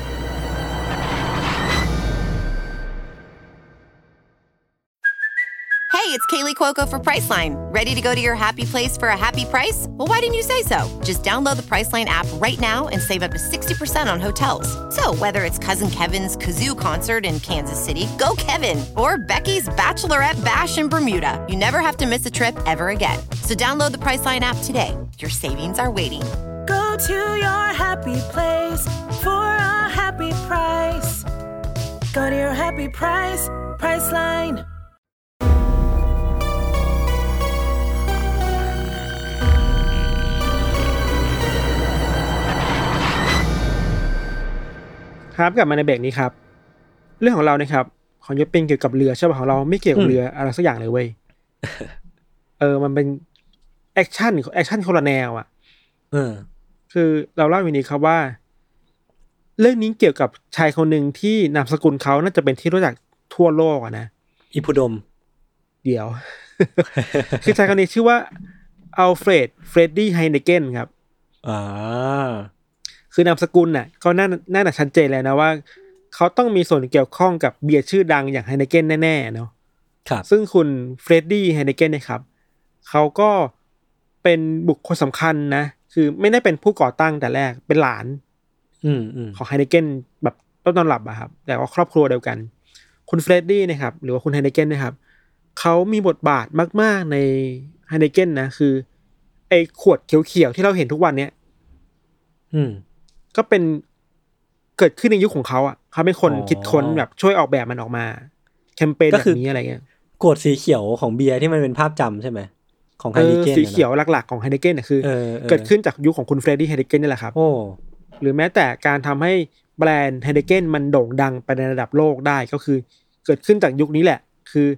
Hey, it's Kaylee Cuoco for Priceline. Ready to go to your happy place for a happy price? Well, why didn't you say so? Just download the Priceline app right now and save up to sixty percent on hotels. So whether it's Cousin Kevin's Kazoo Concert in Kansas City, go Kevin, or Becky's Bachelorette Bash in Bermuda, you never have to miss a trip ever again. So download the Priceline app today. Your savings are waiting. Go to your happy place for a happy price. Go to your happy price, Priceline. ครับกลับมาในเบรกนี้ครับเรื่องของเรานะครับของยศเป็นเกี่ยวกับเรือใช่ป่ะของเราไม่เกี่ยวกับเรืออะไรสักอย่างเลยเว้ย เออมันเป็นแอคชั่นแอคชั่นคนละแนวอ่ะเออคือเราเล่าอย่างนี้ครับว่าเรื่องนี้เกี่ยวกับชายคนหนึ่งที่นามสกุลเขาน่าจะเป็นที่รู้จักทั่วโลกอ่ะนะอิพุดมเดี๋ยว คือชายคนนี้ชื่อว่าอัลเฟรดเฟรดดี้ไฮเนเกนครับอ่าคือนามสกุลน่ะก็น่าน่าชัดเจนแล้วนะว่าเขาต้องมีส่วนเกี่ยวข้องกับเบียร์ชื่อดังอย่างไฮเนเกนแน่ๆเนาะครับซึ่งคุณเฟรดดี้ไฮเนเกนนะครับเขาก็เป็นบุคคลสำคัญนะคือไม่ได้เป็นผู้ก่อตั้งแต่แรกเป็นหลานของไฮเนเกนแบบต้นตำรับอะครับแต่ว่าครอบครัวเดียวกันคุณเฟรดดี้นะครับหรือว่าคุณไฮเนเกนนะครับเขามีบทบาทมากๆในไฮเนเกนนะคือไอ้ขวดเขียวๆที่เราเห็นทุกวันเนี้ยอืมก็เป็นเกิดขึ้นในยุคของเขาอ่ะเขาเป็นคนคิดค้นแบบช่วยออกแบบมันออกมาแคมเปญแบบนี้อะไรเงี้ยขวดสีเขียวของเบียร์ที่มันเป็นภาพจำใช่ไหมของไฮเนเกนสีเขียวหลักๆของไฮเนเกนเนี่ยคือเกิดขึ้นจากยุคของคุณเฟรดดี้ไฮเนเกนนี่แหละครับโอ้หรือแม้แต่การทำให้แบรนด์ไฮเนเกนมันโด่งดังไปในระดับโลกได้ก็คือเกิดขึ้นจากยุคนี้แหละคือ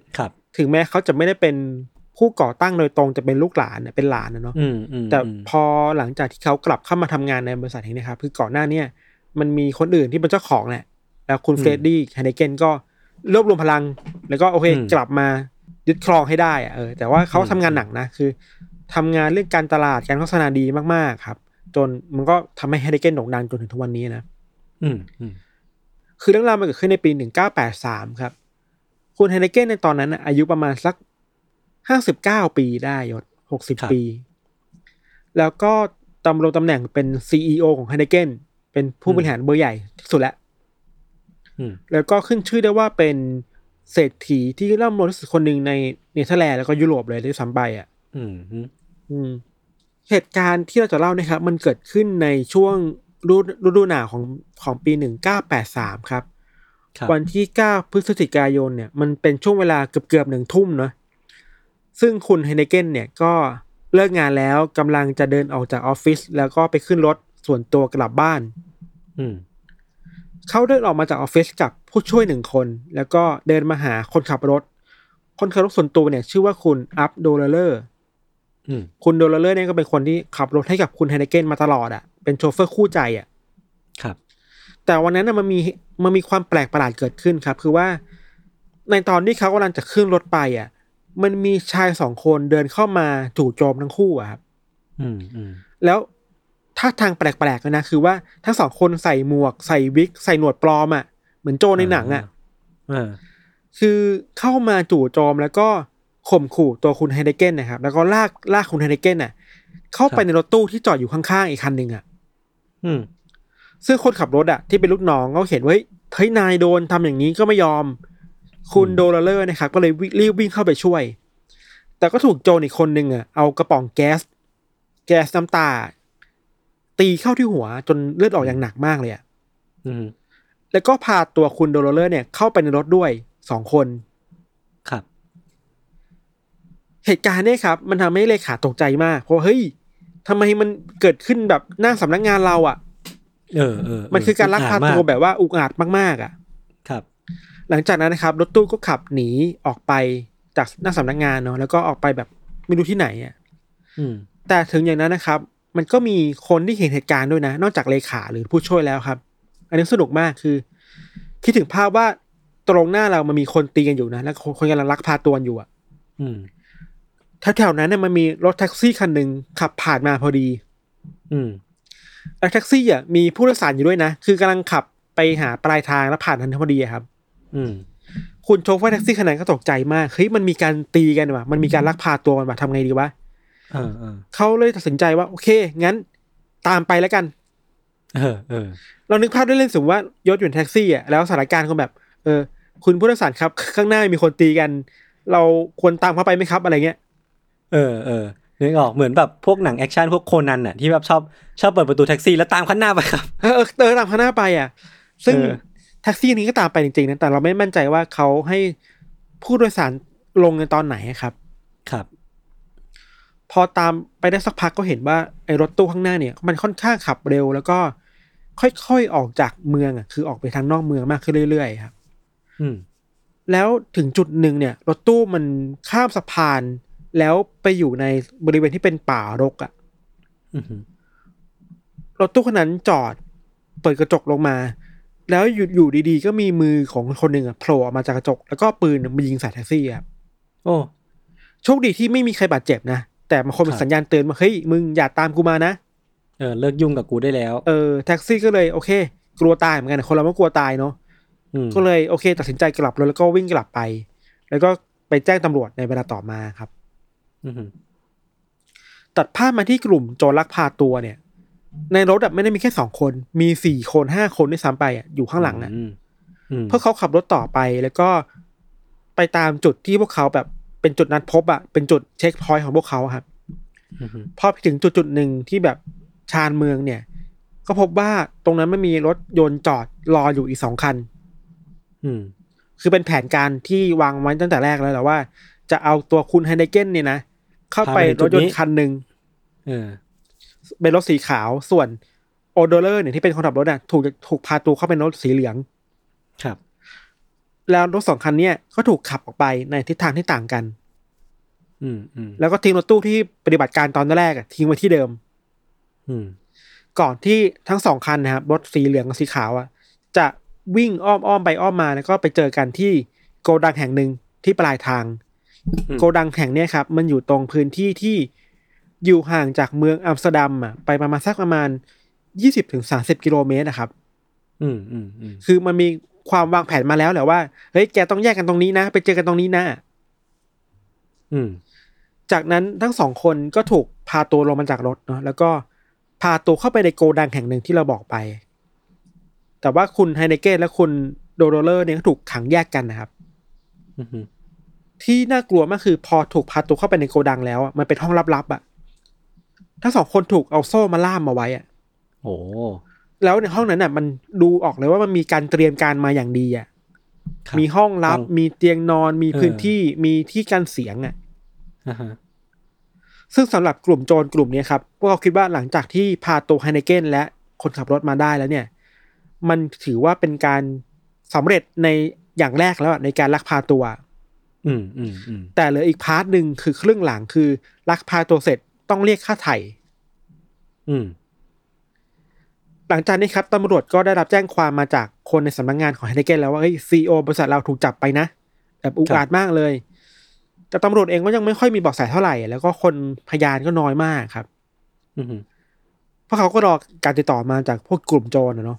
ถึงแม้เขาจะไม่ได้เป็นผู้ก่อตั้งโดยตรงจะเป็นลูกหลานเนี่ยเป็นหลานนะเนาะแต่พอหลังจากที่เขากลับเข้ามาทำงานในบริษัทนี้นะครับคือก่อนหน้านี้มันมีคนอื่นที่เป็นเจ้าของแหละแล้วคุณเฟรดดี้ไฮเนเกนก็รวบรวมพลังแล้วก็โอเคกลับมายึดครองให้ได้อะเออแต่ว่าเขาทำงานหนักนะคือทำงานเรื่องการตลาดการโฆษณาดีมากๆครับจนมันก็ทำให้ไฮเนเกนโด่งดังจนถึงทุกวันนี้นะอืมอืมคือเรื่องราวมันเกิดขึ้นในปีหนึ่งเก้าแปดสามครับคุณไฮเนเกนในตอนนั้นนะอายุประมาณสักห้าสิบเก้าปีได้ยศหกสิบปีแล้วก็ดำรงตำแหน่งเป็น ซี อี โอ ของไฮเนเกนเป็นผู้บริหารเบอร์ใหญ่ที่สุดแล้วแล้วก็ขึ้นชื่อได้ว่าเป็นเศรษฐีที่ร่ำรวยที่สุดคนหนึ่งในเนเธอร์แลนด์แล้วก็ยุโรปเลยด้วยซ้ำไปอ่ะอืมอืมเหตุการณ์ที่เราจะเล่านะครับมันเกิดขึ้นในช่วงฤดูฤดูหนาวของของปีหนึ่งเก้าแปดสามครับวันที่เก้าพฤศจิกายนเนี่ยมันเป็นช่วงเวลาเกือบๆหนึ่งทุ่มเนาะซึ่งคุณไฮเนเกนเนี่ยก็เลิกงานแล้วกำลังจะเดินออกจากออฟฟิศแล้วก็ไปขึ้นรถส่วนตัวกลับบ้านอืมเขาเดินออกมาจากออฟฟิศกับผู้ช่วยหนึ่งคนแล้วก็เดินมาหาคนขับรถคนขับรถส่วนตัวเนี่ยชื่อว่าคุณอัพโดลเลอร์คุณโดลเลอร์เนี่ยก็เป็นคนที่ขับรถให้กับคุณไฮเนเกนมาตลอดอ่ะเป็นโชเฟอร์คู่ใจอ่ะครับแต่วันนั้นมันมีมันมีความแปลกประหลาดเกิดขึ้นครับคือว่าในตอนที่เขากำลังจะขึ้นรถไปอ่ะมันมีชายสองคนเดินเข้ามาจู่โจมทั้งคู่อ่ะครับอืมอืมแล้วท่าทางแปลกๆนะคือว่าทั้งสองคนใส่หมวกใส่วิกใส่หนวดปลอมอ่ะเหมือนโจรในหนังอ่ะคือเข้ามาจู่โจมแล้วก็ข่มขู่ตัวคุณไฮเนเกนนะครับแล้วก็ลากลากคุณไฮเนเกนน่ะเข้าไปในรถตู้ที่จอดอยู่ข้างๆอีกคันนึงอ่ะอืมซึ่งคนขับรถอ่ะที่เป็นลูกน้องเขาเห็นว่าเฮ้ยนายโดนทำอย่างนี้ก็ไม่ยอมคุณโดลเลอร์นะครับก็เลยรีบวิ่งเข้าไปช่วยแต่ก็ถูกโจรอีกคนนึงอ่ะเอากระป๋องแก๊สแก๊สน้ำตาตีเข้าที่หัวจนเลือดออกอย่างหนักมากเลยอ่ะอืมแล้วก็พาตัวคุณโดลเลอร์เนี่ยเข้าไปในรถด้วยสองคนครับเหตุการณ์นี้ครับมันทำให้เลขาตกใจมากเพราะเฮ้ยทำไมมันเกิดขึ้นแบบหน้าสำนักงานเราอ่ะเออเออมันคือการลักพาตัวแบบว่าอุกอาจมากๆอ่ะครับหลังจากนั้นนะครับรถตู้ก็ขับหนีออกไปจากหน้าสำนักงานเนาะแล้วก็ออกไปแบบไม่รู้ที่ไหนอ่ะอืมแต่ถึงอย่างนั้นนะครับมันก็มีคนที่เห็นเหตุการณ์ด้วยนะนอกจากเลขาหรือผู้ช่วยแล้วครับอันนี้สนุกมากคือคิดถึงภาพว่าตรงหน้าเรามันมีคนตีกันอยู่นะแล้วคนกำลังลักพาตัวอยู่อ่ะอืมแถวๆนั้นเนี่ยมันมีรถแท็กซี่คันหนึ่งขับผ่านมาพอดีอืมแล้วแท็กซี่อ่ะมีผู้โดยสารอยู่ด้วยนะคือกำลังขับไปหาปลายทางแล้วผ่านทันพอดีครับอืมคุณโชเฟอร์แท็กซี่คันนั้นก็ตกใจมากเฮ้ยมันมีการตีกันว่ะมันมีการลักพาตัวกันว่ะทำไงดีวะเออเออเขาเลยตัดสินใจว่าโอเคงั้นตามไปแล้วกันเออเออเรานึกภาพได้เล่นสมมติว่ายศอยู่ในแท็กซี่อ่ะแล้วสถานการณ์ก็แบบเออคุณผู้โดยสารครับข้างหน้ามีคนตีกันเราควรตามเข้าไปไหมครับอะไรเงี้ยเออเออนึกออกเหมือนแบบพวกหนังแอคชั่นพวกโคนันน่ะที่แบบชอบชอบเปิดประตูแท็กซี่แล้วตามข้างหน้าไปครับเออเออเออตามข้างหน้าไปอ่ะซึ่งแท็กซี่นี้ก็ตามไปจริงๆนะแต่เราไม่มั่นใจว่าเขาให้ผู้โดยสารลงในตอนไหนครับครับพอตามไปได้สักพักก็เห็นว่าไอ้รถตู้ข้างหน้าเนี่ยมันค่อนข้างขับเร็วแล้วก็ค่อยๆออกจากเมืองอ่ะคือออกไปทางนอกเมืองมากขึ้นเรื่อยๆครับอืมแล้วถึงจุดหนึ่งเนี่ยรถตู้มันข้ามสะพานแล้วไปอยู่ในบริเวณที่เป็นป่ารกอ่ะรถตู้คันนั้นจอดเปิดกระจกลงมาแล้วอยู่อยู่ดีๆก็มีมือของคนหนึ่งอ่ะโผล่ออกมาจากกระจกแล้วก็ปืนมายิงใส่แท็กซี่ครับโอ้โชคดีที่ไม่มีใครบาดเจ็บนะแต่มันคงเป็นสัญญาณเตือนว่าเฮ้ยมึงอย่าตามกูมานะเออเลิกยุ่งกับกูได้แล้วเออแท็กซี่ก็เลยโอเคกลัวตายเหมือนกันคนเราไม่กลัวตายเนาะก็เลยโอเคตัดสินใจกลับรถแล้วก็วิ่งกลับไปแล้วก็ไปแจ้งตำรวจในเวลาต่อมาครับตัดภาพมาที่กลุ่มโจรลักพาตัวเนี่ยในรถแบบไม่ได้มีแค่สองคนมีสี่คนห้าคนด้วยซ้ำไปอ่ะอยู่ข้างหลังอ่ะเพราะเขาขับรถต่อไปแล้วก็ไปตามจุดที่พวกเขาแบบเป็นจุดนัดพบอ่ะเป็นจุดเช็คพอยต์ของพวกเขาครับพอไปถึงจุดจุดหนึ่งที่แบบชานเมืองเนี่ยก็พบว่าตรงนั้นไม่มีรถยนต์จอดรออยู่อีกสองคันคือเป็นแผนการที่วางไว้ตั้งแต่แรกแล้วแหละว่าจะเอาตัวคุณไฮเนเกนเนี่ยนะเข้าไปรถยนต์คันหนึ่งเป็นรถสีขาวส่วนโอโดเลอร์เนี่ยที่เป็นคนขับรถอ่ะถูกถูกพาตัวเข้าไปในรถสีเหลืองครับแล้วรถสองคันเนี้ยก็ถูกขับออกไปในทิศทางที่ต่างกันอืมอืมแล้วก็ทิ้งรถตู้ที่ปฏิบัติการตอนแรกอ่ะทิ้งไว้ที่เดิมอืมก่อนที่ทั้งสองคันนะครับรถสีเหลืองกับสีขาวอ่ะจะวิ่งอ้อมอ้อมไปอ้อมมาแล้วก็ไปเจอกันที่โกดังแห่งหนึ่งที่ปลายทางโกดังแห่งเนี้ยครับมันอยู่ตรงพื้นที่ที่อยู่ห่างจากเมืองอัมสเตอร์ดัมอ่ะไปประมาณสักประมาณยี่สิบถึงสามสิบกิโลเมตรนะครับอืมอืมอืมคือมันมีความวางแผนมาแล้วแหละว่าเฮ้ยแกต้องแยกกันตรงนี้นะไปเจอกันตรงนี้นะอืมจากนั้นทั้งสองคนก็ถูกพาตัวลงมาจากรถเนาะแล้วก็พาตัวเข้าไปในโกดังแห่งหนึ่งที่เราบอกไปแต่ว่าคุณไฮเนเกนและคุณโดโรเลอร์เนี่ยก็ถูกขังแยกกันนะครับที่น่ากลัวมากคือพอถูกพาตัวเข้าไปในโกดังแล้วอ่ะมันเป็นห้องลับๆอ่ะทั้งสองคนถูกเอาโซ่มาล่ามมาไว้อ่ะโอ้แล้วในห้องนั้นน่ะมันดูออกเลยว่ามันมีการเตรียมการมาอย่างดีอ่ะมีห้องลับมีเตียงนอนมีพื้นที่มีที่กันเสียงอ่ะซึ่งสำหรับกลุ่มโจรกลุ่มนี้ครับพวกเขาคิดว่าหลังจากที่พาตัวไฮเนเกนและคนขับรถมาได้แล้วเนี่ยมันถือว่าเป็นการสำเร็จในอย่างแรกแล้วในการลักพาตัวอืมอืมอืมแต่เหลืออีกพาร์ทหนึ่งคือครึ่งหลังคือลักพาตัวเสร็จต้องเรียกค่าไถ่อืมหลังจากนี้ครับตำรวจก็ได้รับแจ้งความมาจากคนในสำนักงานของไฮเนเกนแล้วว่าเฮ้ยซีอีโอบริษัทเราถูกจับไปนะแบบอุกอาจมากเลยแต่ตำรวจเองก็ยังไม่ค่อยมีเบาะแสเท่าไหร่แล้วก็คนพยานก็น้อยมากครับอืมเพราะเขาก็รอการติดต่อมาจากพวกกลุ่มโจรนะเนาะ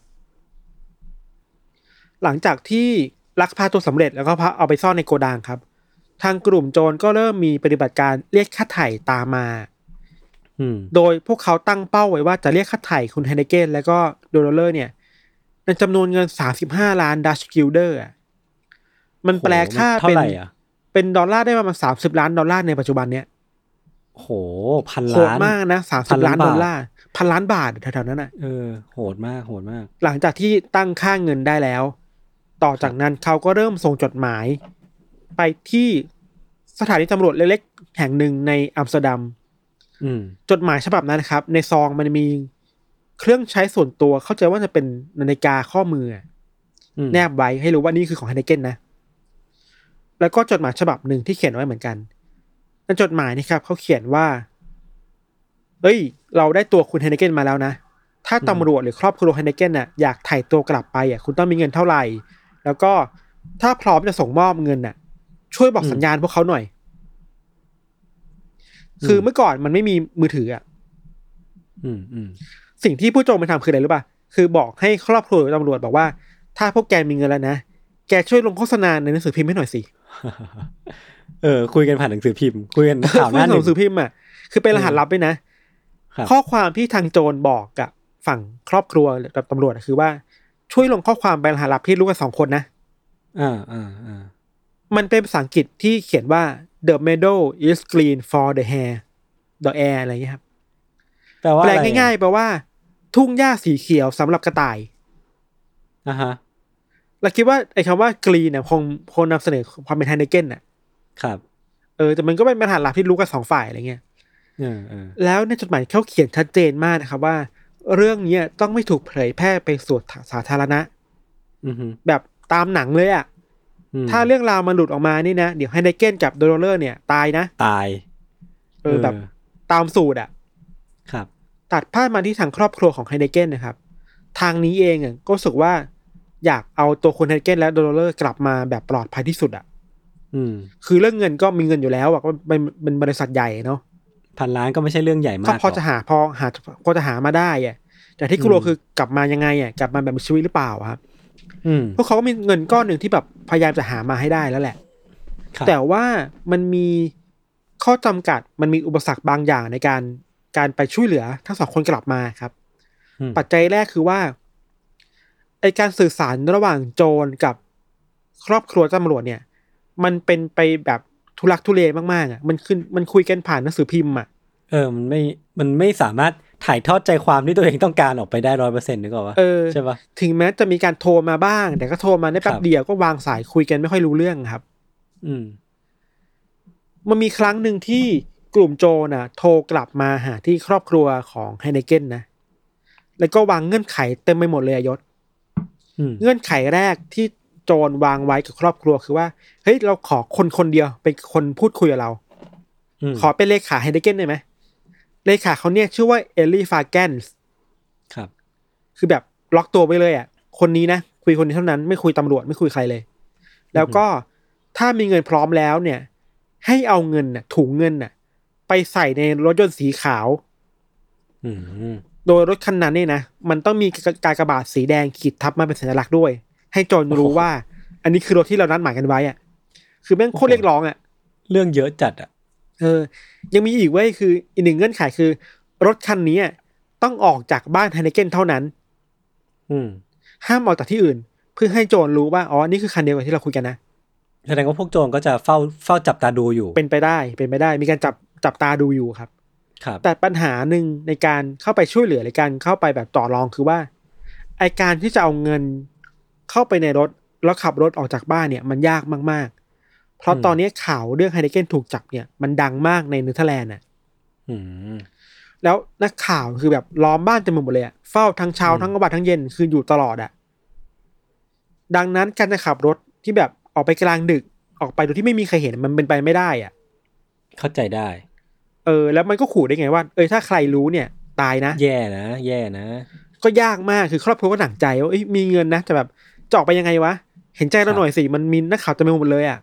หลังจากที่ลักพาตัวสำเร็จแล้วก็พาเอาไปซ่อนในโกดังครับทางกลุ่มโจรก็เริ่มมีปฏิบัติการเรียกค่าไถ่ตามมาโดยพวกเขาตั้งเป้าไว้ว่าจะเรียกค่าไถ่คุณไฮเนเกนแล้วก็โดโรเลอร์เนี่ยในจำนวนเงินสามสิบห้าล้านดัชกิลเดอร์มันแปลค่าเป็นเป็นดอลลาร์ได้ประมาณสามสิบล้านดอลลาร์ในปัจจุบันเนี้ยโหพันล้านโหดมากนะสามสิบล้านดอลลาร์พันล้านบาทแถวๆนั้นน่ะเออโหดมากโหดมากหลังจากที่ตั้งค่าเงินได้แล้วต่อจากนั้นเขาก็เริ่มส่งจดหมายไปที่สถานีตำรวจเล็กๆแห่งหนึ่งในอัมสเตอร์ดัมจดหมายฉบับนั้นนะครับในซองมันมีเครื่องใช้ส่วนตัวเข้าใจว่าจะเป็นนาฬิกาข้อมือแนบไว้ให้รู้ว่านี่คือของไฮเนเกนนะแล้วก็จดหมายฉบับหนึ่งที่เขียนไว้เหมือนกันในจดหมายนี่ครับเขาเขียนว่าเอ้ยเราได้ตัวคุณไฮเนเกนมาแล้วนะถ้าตำรวจหรือครอบครัวไฮเนเกนน่ะอยากไถ่ตัวกลับไปอ่ะคุณต้องมีเงินเท่าไหร่แล้วก็ถ้าพร้อมจะส่งมอบเงินน่ะช่วยบอกสัญญาณพวกเขาหน่อยคือเมื่อก่อนมันไม่มีมือถืออ่ะสิ่งที่ผู้โจรไปทำคืออะไรรู้ป่ะคือบอกให้ครอบครัวตำรวจบอกว่าถ้าพวกแกมีเงินแล้วนะแกช่วยลงโฆษณาในหนังสือพิมพ์ให้หน่อยสิเออคุยกันผ่านหนังสือพิมพ์คุยกันข่าวหน้าหนังสือพิมพ์อ่ะคือเป็นรหัสลับด้วยนะข้อความที่ทางโจรบอกกับฝั่งครอบครัวกับตำรวจคือว่าช่วยลงข้อความเป็นรหัสลับที่รู้กันสองคนนะอ่าอ่าอ่ามันเป็นภาษาอังกฤษที่เขียนว่า the meadow is green for the hare the air อะไรอย่างเงี้ยครับแปลว่าแปลง่ายๆแปลว่าทุ่งหญ้าสีเขียวสำหรับกระต่ายอ่าฮะเราคิดว่าไอ้คำว่า green เนี่ยคงคงนำเสนอความเป็นไฮเนเกนน่ะครับเออแต่มันก็เป็นรหัสลับที่รู้กันสองฝ่ายอะไรเงี้ยเออเออแล้วในจดหมายเขาเขียนชัดเจนมากนะครับว่าเรื่องนี้ต้องไม่ถูกเผยแพร่ไปสู่สาธารณะแบบตามหนังเลยอ่ะถ้าเรื่องราวมันหลุดออกมานี่นะเดี๋ยวไฮเนเกนกับโดโรเลอร์เนี่ยตายนะตายเออแบบตามสูตรอ่ะครับตัดภาพมาที่ทางครอบครัวของไฮเนเกนนะครับทางนี้เองอ่ะก็รู้สึกว่าอยากเอาตัวคุณไฮเนเกนและโดโรเลอร์กลับมาแบบปลอดภัยที่สุดอ่ะคือเรื่องเงินก็มีเงินอยู่แล้วอ่ะก็เป็นเป็นบริษัทใหญ่เนาะพันล้านก็ไม่ใช่เรื่องใหญ่มากก็พอจะหาพอหาพอจะหามาได้อ่ะแต่ที่กลัวคือกลับมายังไงอ่ะกลับมาแบบมีชีวิตหรือเปล่าครับพวกเขาก็มีเงินก้อนหนึ่งที่แบบพยายามจะหามาให้ได้แล้วแหละแต่ว่ามันมีข้อจำกัดมันมีอุปสรรคบางอย่างในการการไปช่วยเหลือทั้งสองคนกลับมาครับปัจจัยแรกคือว่าไอการสื่อสารระหว่างโจรกับครอบครัวตำรวจเนี่ยมันเป็นไปแบบทุลักทุเลมากๆอ่ะมันคือมันคุยกันผ่านหนังสือพิมพ์อ่ะเออมันไม่มันไม่สามารถถ่ายทอดใจความที่ตัวเองต้องการออกไปได้ร้อยเปอร์เซ็นต์นึกออกปะใช่ปะถึงแม้จะมีการโทรมาบ้างแต่ก็โทรมาได้แป๊บเดียวก็วางสายคุยกันไม่ค่อยรู้เรื่องครับอืมมันมีครั้งหนึ่งที่กลุ่มโจรน่ะโทรกลับมาหาที่ครอบครัวของไฮเนเกนนะแล้วก็วางเงื่อนไขเต็มไปหมดเลยยศเงื่อนไขแรกที่โจรวางไว้กับครอบครัวคือว่าเฮ้ยเราขอคนคนเดียวเป็นคนพูดคุยกับเราขอเป็นเลขาไฮเดเกนได้ไหมเลขาเขาเนี่ยชื่อว่าเอลลี่ฟาแกนส์ครับคือแบบล็อกตัวไว้เลยอ่ะคนนี้นะคุยคนนี้เท่านั้นไม่คุยตำรวจไม่คุยใครเลยแล้วก็ถ้ามีเงินพร้อมแล้วเนี่ยให้เอาเงินน่ะถุงเงินน่ะไปใส่ในรถยนต์สีขาวโดยรถคันนั้นเนี่ยนะมันต้องมีกากบาทสีแดงขีดทับมาเป็นสัญลักษณ์ด้วยให้โจรรู้ว่าอันนี้คือรถที่เรานัดหมายกันไว้อ่ะคือแม่งโคตรเรียกร้องอ่ะเรื่องเยอะจัดอ่ะเออยังมีอีกเว้ยคืออีกหนึ่งเงื่อนไขคือรถคันนี้ต้องออกจากบ้านไฮเนเกนเท่านั้นอืมห้ามออกจากที่อื่นเพื่อให้โจรรู้ว่าอ๋อนี่คือคันเดียวกับที่เราคุยกันนะแสดงว่าพวกโจรก็จะเฝ้าเฝ้าจับตาดูอยู่เป็นไปได้เป็นไปได้มีการจับจับตาดูอยู่ครับครับแต่ปัญหาหนึ่งในการเข้าไปช่วยเหลือในการเข้าไปแบบต่อรองคือว่าไอการที่จะเอาเงินเข้าไปในรถแล้วขับรถออกจากบ้านเนี่ยมันยากมากๆเพราะตอนนี้ข่าวเรื่องไฮเนเกนถูกจับเนี่ยมันดังมากในเนเธอร์แลนด์อ่ะแล้วนักข่าวคือแบบล้อมบ้านเต็มหมดเลยอ่ะเฝ้าทั้งเช้าทั้งกลางวันทั้งเย็นคืออยู่ตลอดอ่ะดังนั้นการจะขับรถที่แบบออกไปกลางดึกออกไปโดยที่ไม่มีใครเห็นมันเป็นไปไม่ได้อ่ะเข้าใจได้เออแล้วมันก็ขู่ได้ไงว่าเออถ้าใครรู้เนี่ยตายนะแย่นะแย่นะก็ยากมากคือครอบครัวก็หนักใจว่าเอ้ยมีเงินนะแต่แบบจะออกไปยังไงวะเห็นใจเราหน่อยสิมันมีนักข่าวเต็มไปหมดเลยอ่ะ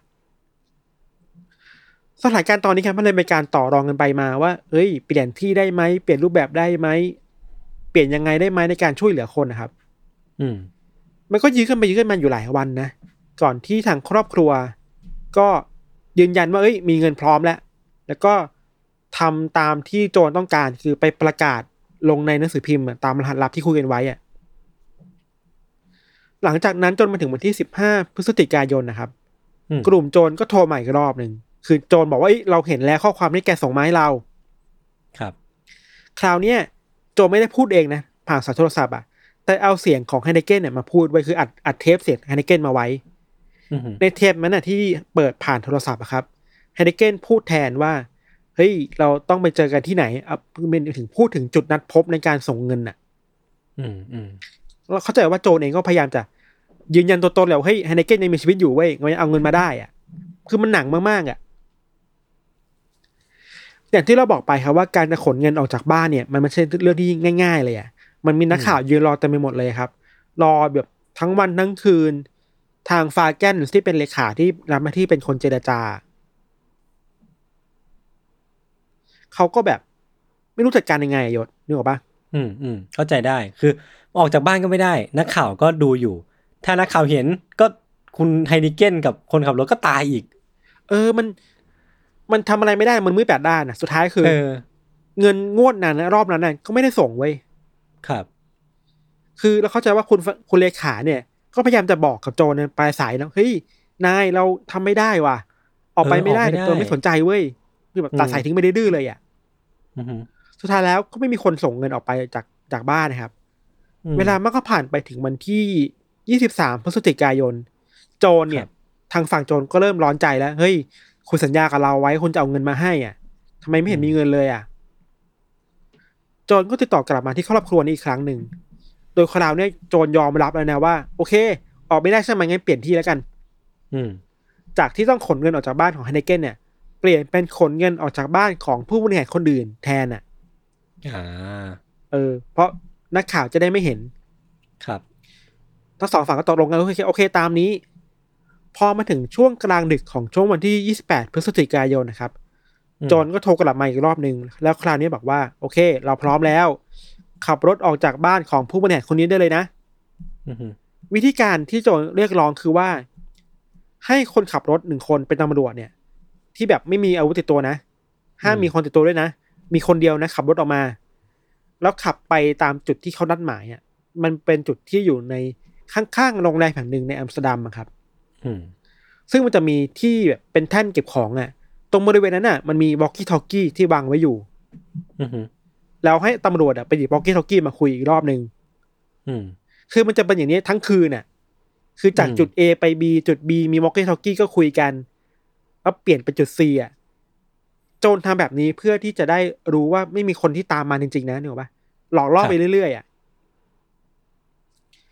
สถานการณ์ตอนนี้ครับมันเลยเป็นการต่อรองกันไปมาว่าเอ้ยเปลี่ยนที่ได้ไหมเปลี่ยนรูปแบบได้ไหมเปลี่ยนยังไงได้ไหมในการช่วยเหลือคนนะครับอืมมันก็ยื้อกันไปยื้อกันมาอยู่หลายวันนะก่อนที่ทางครอบครัวก็ยืนยันว่าเอ้ยมีเงินพร้อมแล้วแล้วก็ทำตามที่โจรต้องการคือไปประกาศลงในหนังสือพิมพ์ตามรหัสลับที่คุยกันไว้อ่ะหลังจากนั้นจนมาถึงวันที่สิบห้าพฤศจิกายนนะครับกลุ่มโจรก็โทรมาอีกรอบนึงคือโจรบอกว่าเราเห็นแล้วข้อความที่แกส่งมาให้เราครับคราวนี้โจรไม่ได้พูดเองนะผ่านสายโทรศัพท์อ่ะแต่เอาเสียงของไฮเนเกนเนี่ยมาพูดไว้คืออัดอัดเทปเสียงไฮเนเกนมาไว้ในเทปนั้นน่ะที่เปิดผ่านโทรศัพท์อะครับไฮเนเกนพูดแทนว่าเฮ้ยเราต้องไปเจอกันที่ไหนอ่ะเป็นถึงพูดถึงจุดนัดพบในการส่งเงินน่ะอืมอืมเราเข้าใจว่าโจรเองก็พยายามจะยืนยันตัวตนแล้วเฮ้ยไฮเนเกนยังมีชีวิตอยู่เว้ยมันเอาเงินมาได้อ่ะคือมันหนังมากๆอ่ะอย่างที่เราบอกไปครับว่าการจะขนเงินออกจากบ้านเนี่ยมันไม่ใช่เรื่องที่ง่ายๆเลยอ่ะมันมีนักข่าวยืนรอเต็มไปหมดเลยครับรอแบบทั้งวันทั้งคืนทางฟาแกนที่เป็นเลขาที่รับหน้าที่เป็นคนเจรจาเขาก็แบบไม่รู้จัดการยังไงยศนึกออกปะอืมอืมเข้าใจได้คือออกจากบ้านก็ไม่ได้นักข่าวก็ดูอยู่ถ้านักข่าวเห็นก็คุณไฮนิเกนกับคนขับรถก็ตายอีกเออมันมันทำอะไรไม่ได้มันมืดแปดด้านอ่ะสุดท้ายคือเงินงวดนั้นนะรอบนั้นน่ะก็ไม่ได้ส่งเว้ยครับคือเราเข้าใจว่าคุณคุณเลขาเนี่ยก็พยายามจะบอกกับโจรในปลายสายแล้วเฮ้ยนายเราทำไม่ได้ว่ะออกไปไม่ได้แต่ตัวไม่สนใจเว้ยคือแบบตัดสายทิ้งไม่ได้ดื้อเลยอ่ะสุดท้ายแล้วก็ไม่มีคนส่งเงินออกไปจากจากบ้านนะครับเวลามันก็ผ่านไปถึงวันที่ยี่สิบสามพฤศจิกายนโจรเนี่ยทางฝั่งโจรก็เริ่มร้อนใจแล้วเฮ้ยคุณสัญญากับเราไว้คุณจะเอาเงินมาให้อ่ะทำไมไม่เห็นมีเงินเลยอ่ะโจรก็ติดต่อกลับมาที่ครอบครัวนี้อีกครั้งหนึ่งโดยคราวนี้โจรยอมรับแล้วนะว่าโอเคออกไม่ได้ใช่ไหมงั้นเปลี่ยนที่แล้วกันจากที่ต้องขนเงินออกจากบ้านของไฮเนเกนเนี่ยเปลี่ยนเป็นขนเงินออกจากบ้านของผู้บริหารคนอื่นแทนอ่ะอ่าเออเพราะนักข่าวจะได้ไม่เห็นครับทั้งสองฝั่งก็ตกลงกันโอเคโอเคตามนี้พอมาถึงช่วงกลางดึกของช่วงวันที่ยี่สิบแปดพฤศจิกายนนะครับโจรก็โทรกลับมาอีกรอบนึงแล้วคราวนี้บอกว่าโอเคเราพร้อมแล้วขับรถออกจากบ้านของผู้บริหารคนนี้ได้เลยนะวิธีการที่โจรเรียกร้องคือว่าให้คนขับรถหนึ่งคนเป็นตำรวจเนี่ยที่แบบไม่มีอาวุธติดตัวนะห้ามมีคนติดตัวด้วยนะมีคนเดียวนะขับรถออกมาแล้วขับไปตามจุดที่เขานัดหมายอ่ะมันเป็นจุดที่อยู่ในข้างๆโรงแรมแห่งหนึ่งในอัมสเตอร์ดัมครับซึ่งมันจะมีที่แบบเป็นแท่นเก็บของอ่ะตรงบริเวณนั้นน่ะมันมีวอลกี้ทอลกี้ที่วางไว้อยู่แล้วให้ตำรวจอ่ะไปหยิบวอลกี้ทอลกี้มาคุยอีกรอบนึงคือมันจะเป็นอย่างนี้ทั้งคืนน่ะคือจากจุด A ไป B จุด B มีวอลกี้ทอลกี้ก็คุยกันแล้วเปลี่ยนเป็นจุด C อ่ะโจรทำแบบนี้เพื่อที่จะได้รู้ว่าไม่มีคนที่ตามมาจริงๆนะเนี่ยหรอปะหลอกล่อไปเรื่อยๆอ่ะ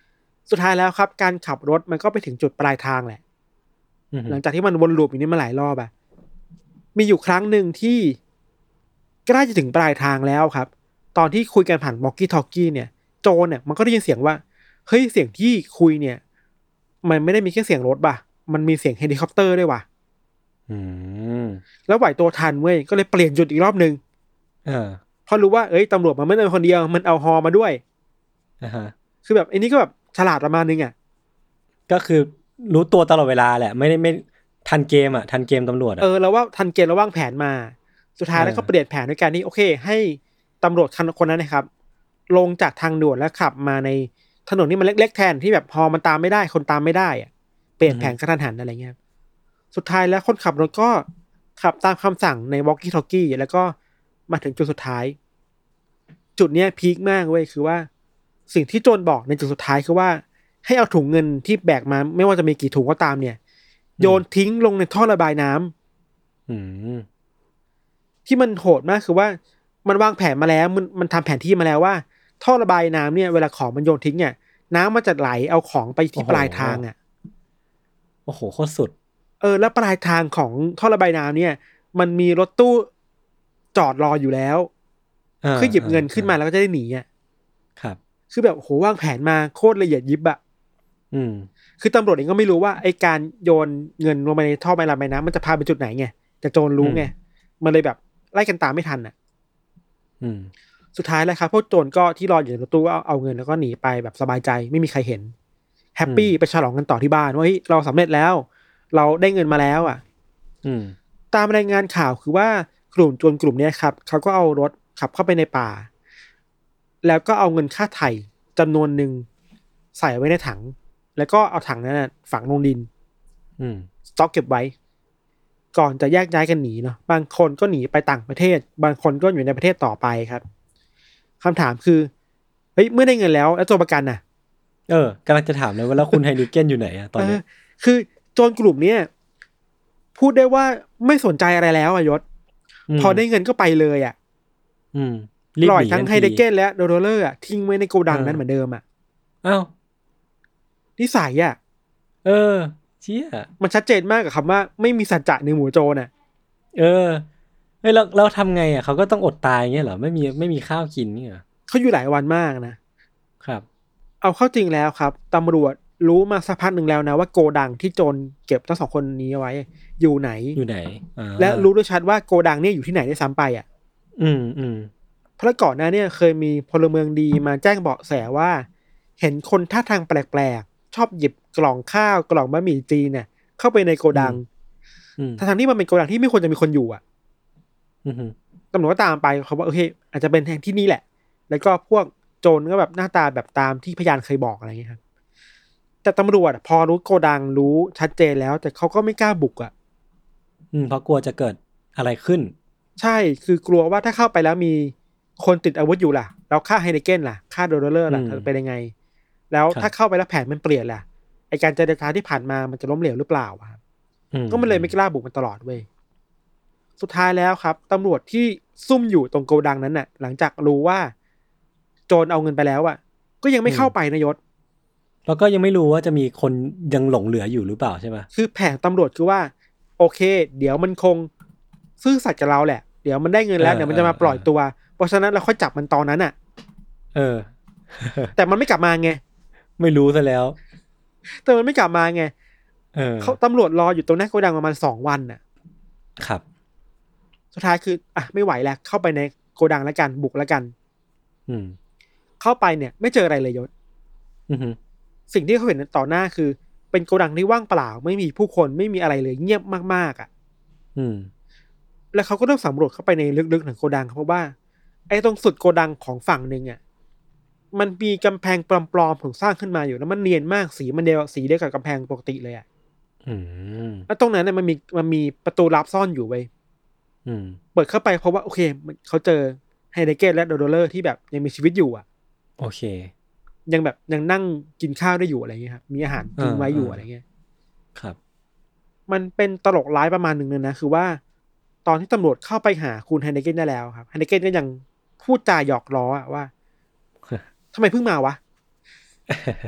สุดท้ายแล้วครับการขับรถมันก็ไปถึงจุดปลายทางแหละหลังจากที่มันวนลูปอย่างนี้มาหลายรอบอะมีอยู่ครั้งหนึ่งที่ใกล้จะถึงปลายทางแล้วครับตอนที่คุยกันผ่าน walkie talkie เนี่ยโจนเนี่ยมันก็ได้ยินเสียงว่าเฮ้ยเสียงที่คุยเนี่ยมันไม่ได้มีแค่เสียงรถป่ะมันมีเสียงเฮลิคอปเตอร์ด้วยว่ะอืมแล้วไหวตัวทันเว้ยก็เลยเปลี่ยนจุดอีกรอบนึงเออพอรู้ว่าเอ้ยตำรวจมันไม่ได้เป็นคนเดียวมันเอาฮอมาด้วยอ่าฮะคือแบบไอ้นี่ก็แบบฉลาดประมาณนึงอ่ะก็คือรู้ตัวตลอดเวลาแหละไม่ได้ไม่ทันเกมอ่ะทันเกมตำรวจอ่ะเออแล้วว่าทันเกมแล้ววางแผนมาสุดท้ายแล้วก็เปลี่ยนแผนด้วยการที่โอเคให้ตำรวจคนนั้นนะครับลงจากทางด่วนแล้วขับมาในถนนที่มันเล็กๆแทนที่แบบฮอมันตามไม่ได้คนตามไม่ได้อ่ะเปลี่ยนแผนกระทันหันอะไรเงี้ยสุดท้ายแล้วคนขับรถก็ขับตามคำสั่งใน walkie talkie แล้วก็มาถึงจุดสุดท้ายจุดเนี้ยพีคมากเว้ยคือว่าสิ่งที่โจรบอกในจุดสุดท้ายคือว่าให้เอาถุงเงินที่แบกมาไม่ว่าจะมีกี่ถุงก็ตามเนี่ยโยนทิ้งลงในท่อระบายน้ำอืมที่มันโหดมากคือว่ามันวางแผนมาแล้วมันมันทำแผนที่มาแล้วว่าท่อระบายน้ำเนี่ยเวลาของมันโยนทิ้งเนี่ยน้ำมันจะไหลเอาของไปที่ปลายทางอ่ะโอ้โหโคตรสุดเออแล้วปลายทางของท่อระบายน้ำเนี่ยมันมีรถตู้จอดรออยู่แล้วคือหยิบเงินขึ้นมาแล้วก็จะได้หนีอ่ะครับคือแบบโหวางแผนมาโคตรละเอียดยิบอ่ะอืมคือตำรวจเองก็ไม่รู้ว่าไอ้การโยนเงินลงไปในท่อระบายน้ำมันจะพาไปจุดไหนไงแต่โจรรู้ไงมันเลยแบบไล่กันตามไม่ทันอ่ะอืมสุดท้ายแล้วครับพวกโจรก็ที่รออยู่ในรถตู้ก็เอาเงินแล้วก็หนีไปแบบสบายใจไม่มีใครเห็นแฮปปี้ไปฉลองกันต่อที่บ้านว่าเฮ้ยเราสำเร็จแล้วเราได้เงินมาแล้วอ่ะอืมตามรายงานข่าวคือว่ากลุ่มโจรกลุ่มนี้ครับเขาก็เอารถขับเข้าไปในป่าแล้วก็เอาเงินค่าไถ่จำนวนหนึ่งใส่ไว้ในถังแล้วก็เอาถังนั้นฝังลงดินอืมสต็อกเก็บไว้ก่อนจะแยกย้ายกันหนีเนาะบางคนก็หนีไปต่างประเทศบางคนก็อยู่ในประเทศต่อไปครับคำถามคือเฮ้ยเมื่อได้เงินแล้วแล้วตัวประกันน่ะเออกำลังจะถามเลยว่าแล้วคุณไฮนิเกนอยู่ไหนอะตอนนี้คือโจรกลุ่มเนี้ยพูดได้ว่าไม่สนใจอะไรแล้วอะยศพอได้เงินก็ไปเลยอะอืมปล่อยทั้งไฮนิเกนและโดโรเลอร์อะทิ้งไว้ในโกดังนั้นเหมือนเดิมอะอ้าวนิสัยอะเออเชี่ยมันชัดเจนมากกับคำว่าไม่มีสัจจะในหมู่โจรน่ะเออเฮ้ยแล้วเราทำไงอ่ะเขาก็ต้องอดตายเงี้ยเหรอไม่มีไม่มีข้าวกินนี่เหรอเขาอยู่หลายวันมากนะครับเอาเข้าจริงแล้วครับตำรวจรู้มาสักพักหนึ่งแล้วนะว่าโกดังที่โจรเก็บทั้งสองคนนี้ไว้อยู่ไหนอยู่ไหนและรู้ด้วยชัดว่าโกดังนี่อยู่ที่ไหนได้ซ้ำไปอ่ะอืมอืมเพราะก่อนหน้านี้เคยมีพลเมืองดีมาแจ้งเบาะแสว่าเห็นคนท่าทางแปลกๆชอบหยิบกล่องข้าวกล่องบะหมี่จีนเนี่ยเข้าไปในโกดังทั้งที่มันเป็นโกดังที่ไม่ควรจะมีคนอยู่อ่ะตำรวจก็ตามไปเขาว่าโอเคอาจจะเป็นแทงที่นี่แหละแล้วก็พวกโจรก็แบบหน้าตาแบบตามที่พยานเคยบอกอะไรอย่างเงี้ยครับแต่ตำรวจพอรู้โกดังรู้ชัดเจนแล้วแต่เขาก็ไม่กล้าบุกอ่ะอืมเพราะกลัวจะเกิดอะไรขึ้นใช่คือกลัวว่าถ้าเข้าไปแล้วมีคนติดอาวุธอยู่ล่ะแล้วฆ่าไฮเนเกนล่ะฆ่าโดโรเลอร์ล่ะจะเป็นยังไงแล้วถ้าเข้าไปแล้วแผนมันเปลี่ยนล่ะไอการเจรจาที่ผ่านมามันจะล้มเหลวหรือเปล่าครับก็มันเลยไม่กล้าบุกมันตลอดเว้ยสุดท้ายแล้วครับตำรวจที่ซุ่มอยู่ตรงโกดังนั้นน่ะหลังจากรู้ว่าโจรเอาเงินไปแล้วอ่ะก็ยังไม่เข้าไปนะยศแล้วก็ยังไม่รู้ว่าจะมีคนยังหลงเหลืออยู่หรือเปล่าใช่ไหมคือแผนตำรวจคือว่าโอเคเดี๋ยวมันคงซื่อสัตย์กับเราแหละเดี๋ยวมันได้เงินแล้วเดี๋ยวมันจะมาปล่อยตัวเพราะฉะนั้นเราค่อยจับมันตอนนั้นอ่ะเออแต่มันไม่กลับมาไงไม่รู้ซะแล้วแต่มันไม่กลับมาไงเออเขาตำรวจรออยู่ตรงหน้าโกดังประมาณสองวันน่ะครับสุดท้ายคืออ่ะไม่ไหวแล้วเข้าไปในโกดังแล้วกันบุกแล้วกันอืมเข้าไปเนี่ยไม่เจออะไรเลยยศอือฮึสิ่งที่เขาเห็นต่อหน้าคือเป็นโกดังที่ว่างเปล่าไม่มีผู้คนไม่มีอะไรเลยเงียบมากๆอ่ะอืมแล้วเขาก็ต้องสำรวจเข้าไปในลึกๆของโกดังเพราะว่าไอ้ตรงสุดโกดังของฝั่งนึงอ่ะมันมีกำแพงปลอมๆถูกสร้างขึ้นมาอยู่แล้วมันเนียนมากสีมันเดียวสีเดียวกับกำแพงปกติเลยอ่ะอืมแล้วตรงนั้นเนี่ยมันมีมันมีประตูลับซ่อนอยู่ไว้อืมเปิดเข้าไปเพราะว่าโอเคเขาเจอไฮเดเกนและโดโรเลอร์ที่แบบยังมีชีวิตอยู่อ่ะโอเคยังแบบยังนั่งกินข้าวได้อยู่อะไรเงี้ยครับมีอาหารกินไว้อยู่อะไรเงี้ยครับมันเป็นตลกร้ายประมาณหนึ่งเลยนะคือว่าตอนที่ตำรวจเข้าไปหาคุณไฮเดเกนได้แล้วครับไฮเดเกนก็ยังพูดจาหยอกล้อว่าทำไมเพิ่งมาวะ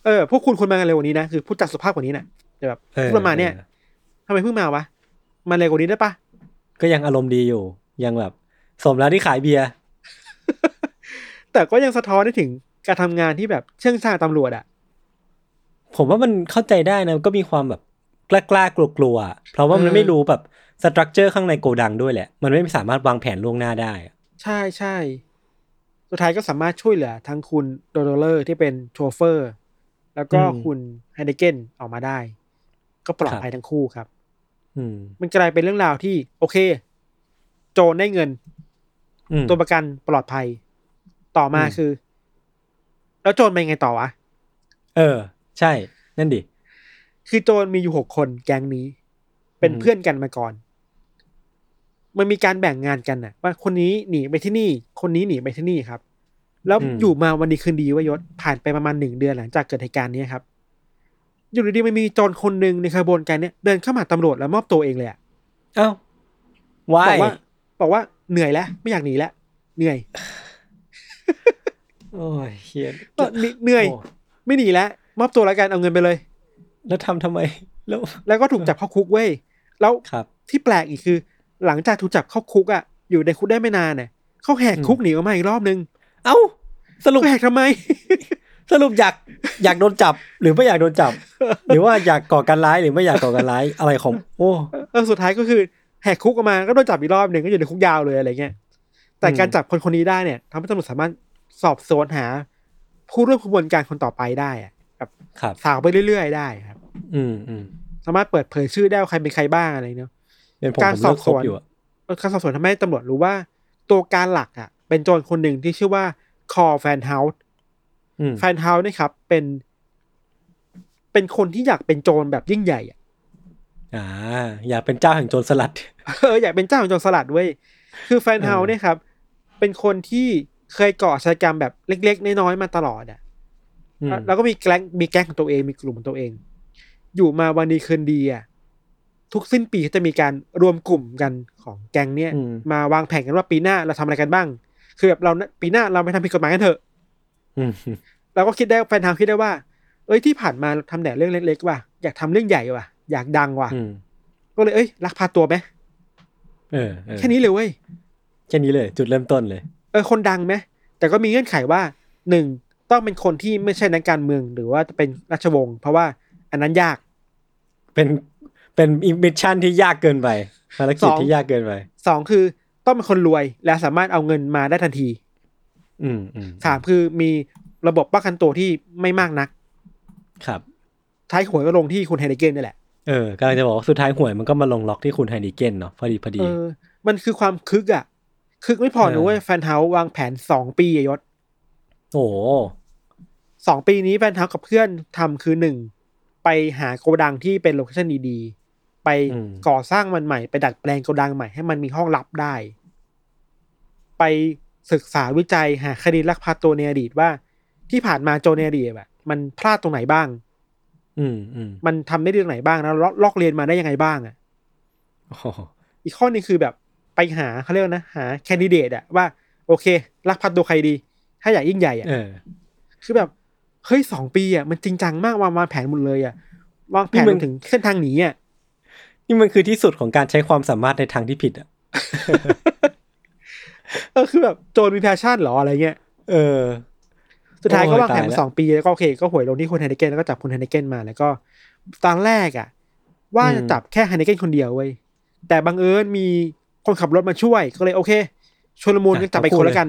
เออพวกคุณควรมากันเร็วกว่านี้นะคือพูดจาสุภาพกว่านี้น่ะแต่แบบพูดประมาณเนี้ยทำไมเพิ่งมาวะมาเร็วกว่านี้ได้ปะก็ยังอารมณ์ดีอยู่ยังแบบสมแล้วที่ขายเบียร์แต่ก็ยังสะท้อนได้ถึงการทำงานที่แบบเชื่องชาญตำรวจอ่ะผมว่ามันเข้าใจได้นะก็มีความแบบกล้าๆกลัวๆเพราะว่ามันไม่รู้แบบสตรัคเจอร์ข้างในโกดังด้วยแหละมันไม่สามารถวางแผนล่วงหน้าได้ใช่ใช่สุดท้ายก็สามารถช่วยเหลือทั้งคุณโดโดเลอร์ที่เป็นโชเฟอร์แล้วก็คุณไฮเดเกนออกมาได้ก็ปลอดภัยทั้งคู่ครับมันกลายเป็นเรื่องราวที่โอเคโจรได้เงินตัวประกันปลอดภัยต่อมาคือแล้วโจรเป็นไงต่อวะเออใช่นั่นดิคือโจรมีอยู่หกคนแก๊งนี้เป็นเพื่อนกันมาก่อนมันมีการแบ่งงานกันน่ะว่าคนนี้หนีไปที่นี่คนนี้หนีไปที่นี่ครับแล้วอยู่มาวันดีคืนดีว่ายศผ่านไปประมาณหนึ่งเดือนหลังจากเกิดเหตุการณ์นี้ครับอยู่ดีๆมันมีโจรคนนึงในขบวนการเนี้ยเดินเข้ามาตำรวจแล้วมอบตัวเองเลยอ่ะเอ้าว้ายบอกว่าบอกว่าเหนื่อยแล้วไม่อยากหนีแล้วเหนื่อยโอ้ยเฮียเหนื่อยไม่หนีแล้วมอบตัวแล้วกันเอาเงินไปเลยแล้วทำทำไมแล้วแล้วก็ถูกจับเข้าคุกเว้ยแล้วที่แปลกอีกคือหลังจากถูกจับเข้าคุกอ่ะอยู่ในคุกได้ไม่นานเนี่ยเขาแหกคุกหนีออกมาอีกรอบนึงเอ้าสรุปแหกทำไมสรุปอยากอยากโดนจับหรือไม่อยากโดนจับหรือว่าอยากก่อการร้ายหรือไม่อยากก่อการร้ายอะไรของโอ้เออสุดท้ายก็คือแหกคุกออกมาก็โดนจับอีกรอบนึงก็อยู่ในคุกยาวเลยอะไรเงี้ยแต่การจับคนคนนี้ได้เนี่ยทำให้ตำรวจสามารถสอบสวนหาผู้ร่วมขบวนการคนต่อไปได้อะแบบสาวไปเรื่อยๆได้ครับอืมอืมสามารถเปิดเผยชื่อได้ว่าใครเป็นใครบ้างอะไรเนาะการสอบสวนการสอบสวนทำให้ตำรวจรู้ว่าตัวการหลักอ่ะเป็นโจรคนหนึ่งที่ชื่อว่าคอแฟนเฮาส์แฟนเฮาส์นี่ครับเป็นเป็นคนที่อยากเป็นโจรแบบยิ่งใหญ่อ่ะอ่าอยากเป็นเจ้าแห่งโจรสลัดเอออยากเป็นเจ้าแห่งโจรสลัดเว้ยคือแฟนเฮาส์เนี่ยครับเป็นคนที่เคยก่ออาชญากรรมแบบเล็กๆน้อยๆมาตลอดอ่ะแล้วก็มีแก๊งมีแก๊งของตัวเองมีกลุ่มของตัวเองอยู่มาวันดีคืนดีอ่ะทุกสิ้นปีจะมีการรวมกลุ่มกันของแก๊งเนี้ยมาวางแผนกันว่าปีหน้าเราทำอะไรกันบ้างคือแบบเราปีหน้าเราไม่ทำผิดกฎหมายกันเถอะเราก็คิดได้แฟนทางคิดได้ว่าเอ้ยที่ผ่านมาทำแต่เรื่องเล็กๆว่ะอยากทำเรื่องใหญ่ว่ะอยากดังว่ะก็เลยเอ้ยลักพาตัวไหมเออแค่นี้เลยเว้ยแค่นี้เลยจุดเริ่มต้นเลยเออคนดังไหมแต่ก็มีเงื่อนไขว่าหนึ่งต้องเป็นคนที่ไม่ใช่นักการเมืองหรือว่าจะเป็นราชวงศ์เพราะว่าอันนั้นยากเป็นเป็นมิชชั่นที่ยากเกินไปภารกิจที่ยากเกินไปสองคือต้องเป็นคนรวยและสามารถเอาเงินมาได้ทันทีอืมอืมสามคือมีระบบป้องกันตัวที่ไม่มากนักครับท้ายหวยก็ลงที่คุณไฮเดเกนนี่แหละเออกำลังจะบอกว่าสุดท้ายหวยมันก็มาลงล็อกที่คุณไฮเดเกนเนาะพอดีพอดีเออมันคือความคึกอ่ะคึกไม่พอนะเว้ยแฟนเฮาส์วางแผนสองปียศโอ้สองปีนี้แฟนเฮาส์กับเพื่อนทำคือหนึ่งไปหาโกดังที่เป็นโลเคชั่นดีๆไปก่อสร้างมันใหม่ไปดัดแปลงโกดังใหม่ให้มันมีห้องลับได้ไปศึกษาวิจัยหาคดีลักพาตัวในอดีตว่าที่ผ่านมาโจรในอดีตแบบมันพลาดตรงไหนบ้างอืมอืมมันทำได้เรื่องไหนบ้างแล้วลอกเรียนมาได้ยังไงบ้างอ่ะอีกข้อนึงคือแบบไปหาเขาเรียกนะหาแคนดิเดตอะว่าโอเคลักพาตัวใครดีถ้าอยากยิ่งใหญ่อ่ะคือแบบเฮ้ยสองปีอ่ะมันจริงจังมากวางวางแผนหมดเลยอ่ะวางแผนถึงเส้นทางหนีอ่ะนี่มันคือที่สุดของการใช้ความสามารถในทางที่ผิดอ่ะเออคือแบบโจรมีแพชชั่นหรออะไรเงี้ยเออสุดท้ายก็วางแผนมาสองปีแล้วก็โอเคก็หวยลงที่คุณไฮเดเกนแล้วก็จับคุณไฮเดเกนมาแล้วก็ตอนแรกอ่ะว่าจะจับแค่ไฮเดเกนคนเดียวเว้ยแต่บังเอิญมีคนขับรถมาช่วยก็เลยโอเคชลมุนก็จับไปคนละกัน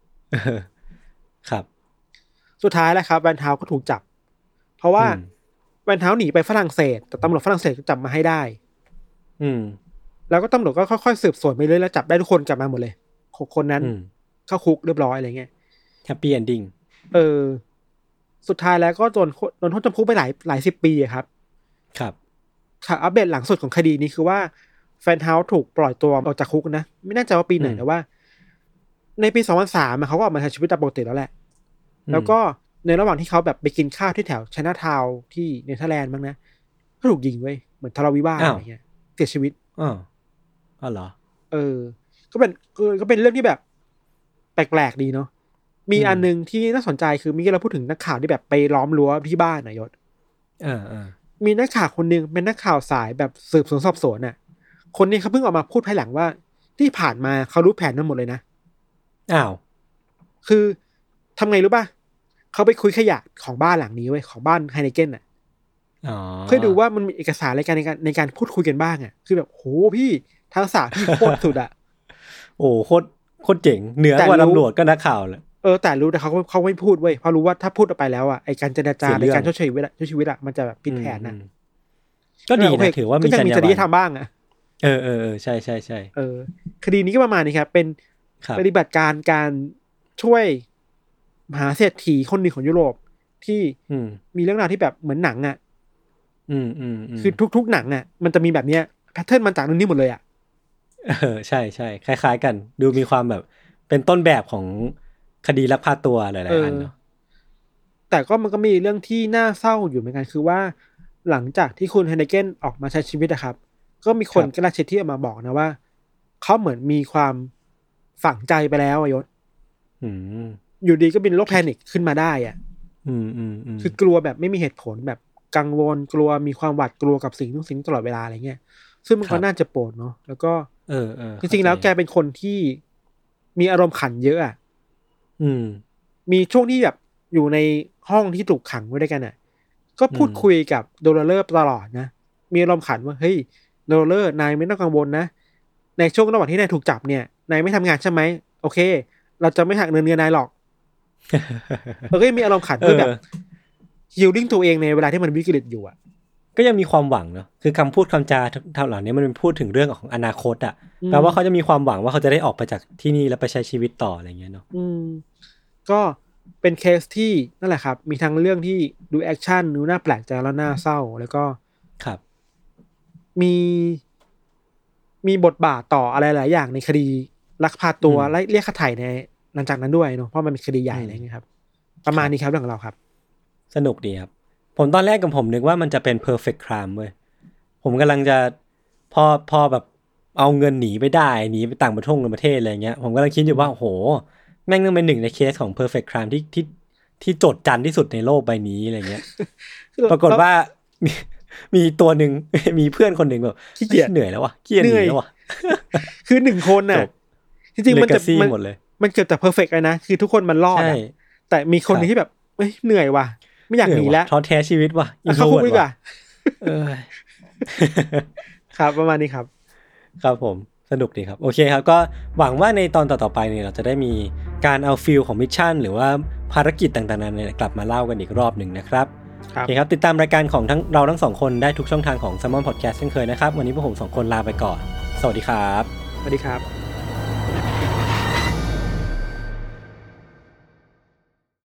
ครับสุดท้ายแล้วครับแวนเทาก็ถูกจับเพราะว่าแวนเทาหนีไปฝรั่งเศสแต่ตำรวจฝรั่งเศสก็จับมาให้ได้อืมแล้วก็ตำรวจก็ค่อยๆสืบสวนไปเรื่อยแล้วจับได้ทุกคนกลับมาหมดเลยหกคนนั้นเข้าคุกเรียบร้อยอะไรเงี้ยแฮปปี้เอนดิ้งเออสุดท้ายแล้วก็โดนโดนโทษจำคุกไปหลายหลายสิบปีอะครับครับข่าวอัปเดตหลังสุดของคดีนี้คือว่าแฟนเฮาส์ถูกปล่อยตัวออกจากคุกนะไม่แน่ใจว่าปีไหนแต่ว่าในปีสองพันสามเขาก็ออกมาใช้ชีวิตตามปกติแล้วแหละแล้วก็ในระหว่างที่เขาแบบไปกินข้าวที่แถวไชน่าทาวน์ที่เนเธอร์แลนด์บ้างนะก็ถูกยิงเว้ยเหมือนทะเลาะวิวาทอะไรเงี้ยเสียชีวิตอ๋ออ๋อเหรอเออก็เป็นก็เป็นเรื่องที่แบบแปลกๆดีเนาะมีอันนึงที่น่าสนใจคือเมื่อกี้เราพูดถึงนักข่าวที่แบบไปล้อมรั้วที่บ้านนายศเออมีนักข่าวคนนึงเป็นนักข่าวสายแบบสืบสวนสอบสวนน่ะคนนี้เขาเพิ่งออกมาพูดภายหลังว่าที่ผ่านมาเขารู้แผนทั้งหมดเลยนะอ้าวคือทำไงรู้ป่ะเขาไปคุยขยะของบ้านหลังนี้เว้ยของบ้านไฮเนเก้นน่ะอ๋อเพื่อดูว่ามันมีเอกสารอะไรกันในการในการพูดคุยกันบ้างอ่ะคือแบบโหพี่ทักษะพี่โคตรสุดอ่ะโอ้โคตรโคตรเจ๋งเหนือกว่าตำรวจก็นักข่าวเลยเออแต่รู้แต่เขาเขาไม่พูดเว้ยเพราะรู้ว่าถ้าพูดออกไปแล้วอ่ะไอ้การเจรจาในการช่วยชีวิตช่วยชีวิตอ่ะมันจะแบบผิดแผนนะก็ดีนะถือว่ามีจริยธรรมบ้างอ่ะเออเออเออใช่ใช่ใช่เออคดีนี้ก็ประมาณนี้ครับเป็นปฏิบัติการการช่วยมหาเศรษฐีคนหนึ่งของยุโรปที่มีเรื่องราวที่แบบเหมือนหนังอ่ะอืมอืมคือทุกๆหนังอ่ะมันจะมีแบบเนี้ยแพทเทิร์นมันจากเรื่องนี้หมดเลยอ่ะเออใช่ใช่คล้ายๆกันดูมีความแบบเป็นต้นแบบของคดีลักพาตัวหลายๆอันเนาะแต่ก็มันก็มีเรื่องที่น่าเศร้าอยู่เหมือนกันคือว่าหลังจากที่คุณไฮเนเกนออกมาใช้ชีวิตนะครับก็มีคนใกล้ชิดที่ออกมาบอกนะว่าเขาเหมือนมีความฝังใจไปแล้วยศอยู่ดีก็เป็นโรคแพนิคขึ้นมาได้อ่ะคือกลัวแบบไม่มีเหตุผลแบบกังวลกลัวมีความหวาดกลัวกับสิ่งทุกสิ่งตลอดเวลาอะไรเงี้ยซึ่งมันก็น่าจะปวดเนาะแล้วก็เออเออจริงๆแล้วแกเป็นคนที่มีอารมณ์ขันเยอะอ่ะอืมมีช่วงที่แบบอยู่ในห้องที่ถูกขังไว้ด้วยกันอ่ะก็พูดคุยกับโดลเลอร์ตลอดนะมีอารมณ์ขันว่าเฮ้ยโดลเลอร์นายไม่ต้องกังวลนะในช่วงระหว่างที่นายถูกจับเนี่ยนายไม่ทำงานใช่ไหมโอเคเราจะไม่หักเงินเดือนนายหรอกเราก็มีอารมณ์ขันเพื่อแบบฮิลลิ่งตัวเองในเวลาที่มันวิกฤตอยู่อ่ะก็ยังมีความหวังเนาะคือคำพูดคำจาทั้งเหล่านี้มันเป็นพูดถึงเรื่องของอนาคตอ่ะแปลว่าเขาจะมีความหวังว่าเขาจะได้ออกไปจากที่นี่แล้วไปใช้ชีวิตต่ออะไรเงี้ยเนาะอืมก็เป็นเคสที่นั่นแหละครับมีทั้งเรื่องที่ดูแอคชั่นดูน่าแปลกใจแล้วน่าเศร้าแล้วก็ครับมีมีบทบาทต่ออะไรหลายอย่างในคดีลักพาตัวและเรียกค่าไถ่ในหลังจากนั้นด้วยเนาะเพราะมันเป็นคดีใหญ่อะไรเงี้ยครับประมาณนี้ครับเรื่องของเราครับสนุกดีครับผมตอนแรกกับผมนึกว่ามันจะเป็น perfect crime เว้ยผมกำลังจะพอพอแบบเอาเงินหนีไปได้หนีไปต่างประเทศในประเทศอะไรเงี้ยผมกำลังคิดอยู่ว่าโอ้โหแม่งต้องเป็นหนึ่งในเคสของ perfect crime ที่ที่ที่โจษจันที่สุดในโลกใบนี้อะไรเงี้ย ปรากฏว่ามีมีตัวหนึ่งมีเพื่อนคนหนึ่งแบบขี้เกียจเหนื่อยแล้ววะเกียจหนีแล้ววะคือหนึ่งคนน่ะจริงๆมันจะมันหมดเลยมันเกือบจะ perfect เลยนะคือทุกคนมันรอดแต่มีคนนึงที่แบบเอ้ยเหนื่อยว่ะไม่อยากหนีแล้วท้อแท้ชีวิตว่ะเข้าคุกดีกว่าเออครับประมาณนี้ครับครับผมสนุกดีครับโอเคครับก็หวังว่าในตอนต่อๆไปเนี่ยเราจะได้มีการเอาฟีลของมิชชั่นหรือว่าภารกิจต่างๆนั้นเนี่ยกลับมาเล่ากันอีกรอบหนึ่งนะครับโอเคครับติดตามรายการของทั้งเราทั้งสองคนได้ทุกช่องทางของ Salmon Podcast เช่นเคยนะครับวันนี้พวกผมสองคนลาไปก่อนสวัสดีครับสวัสดีครับ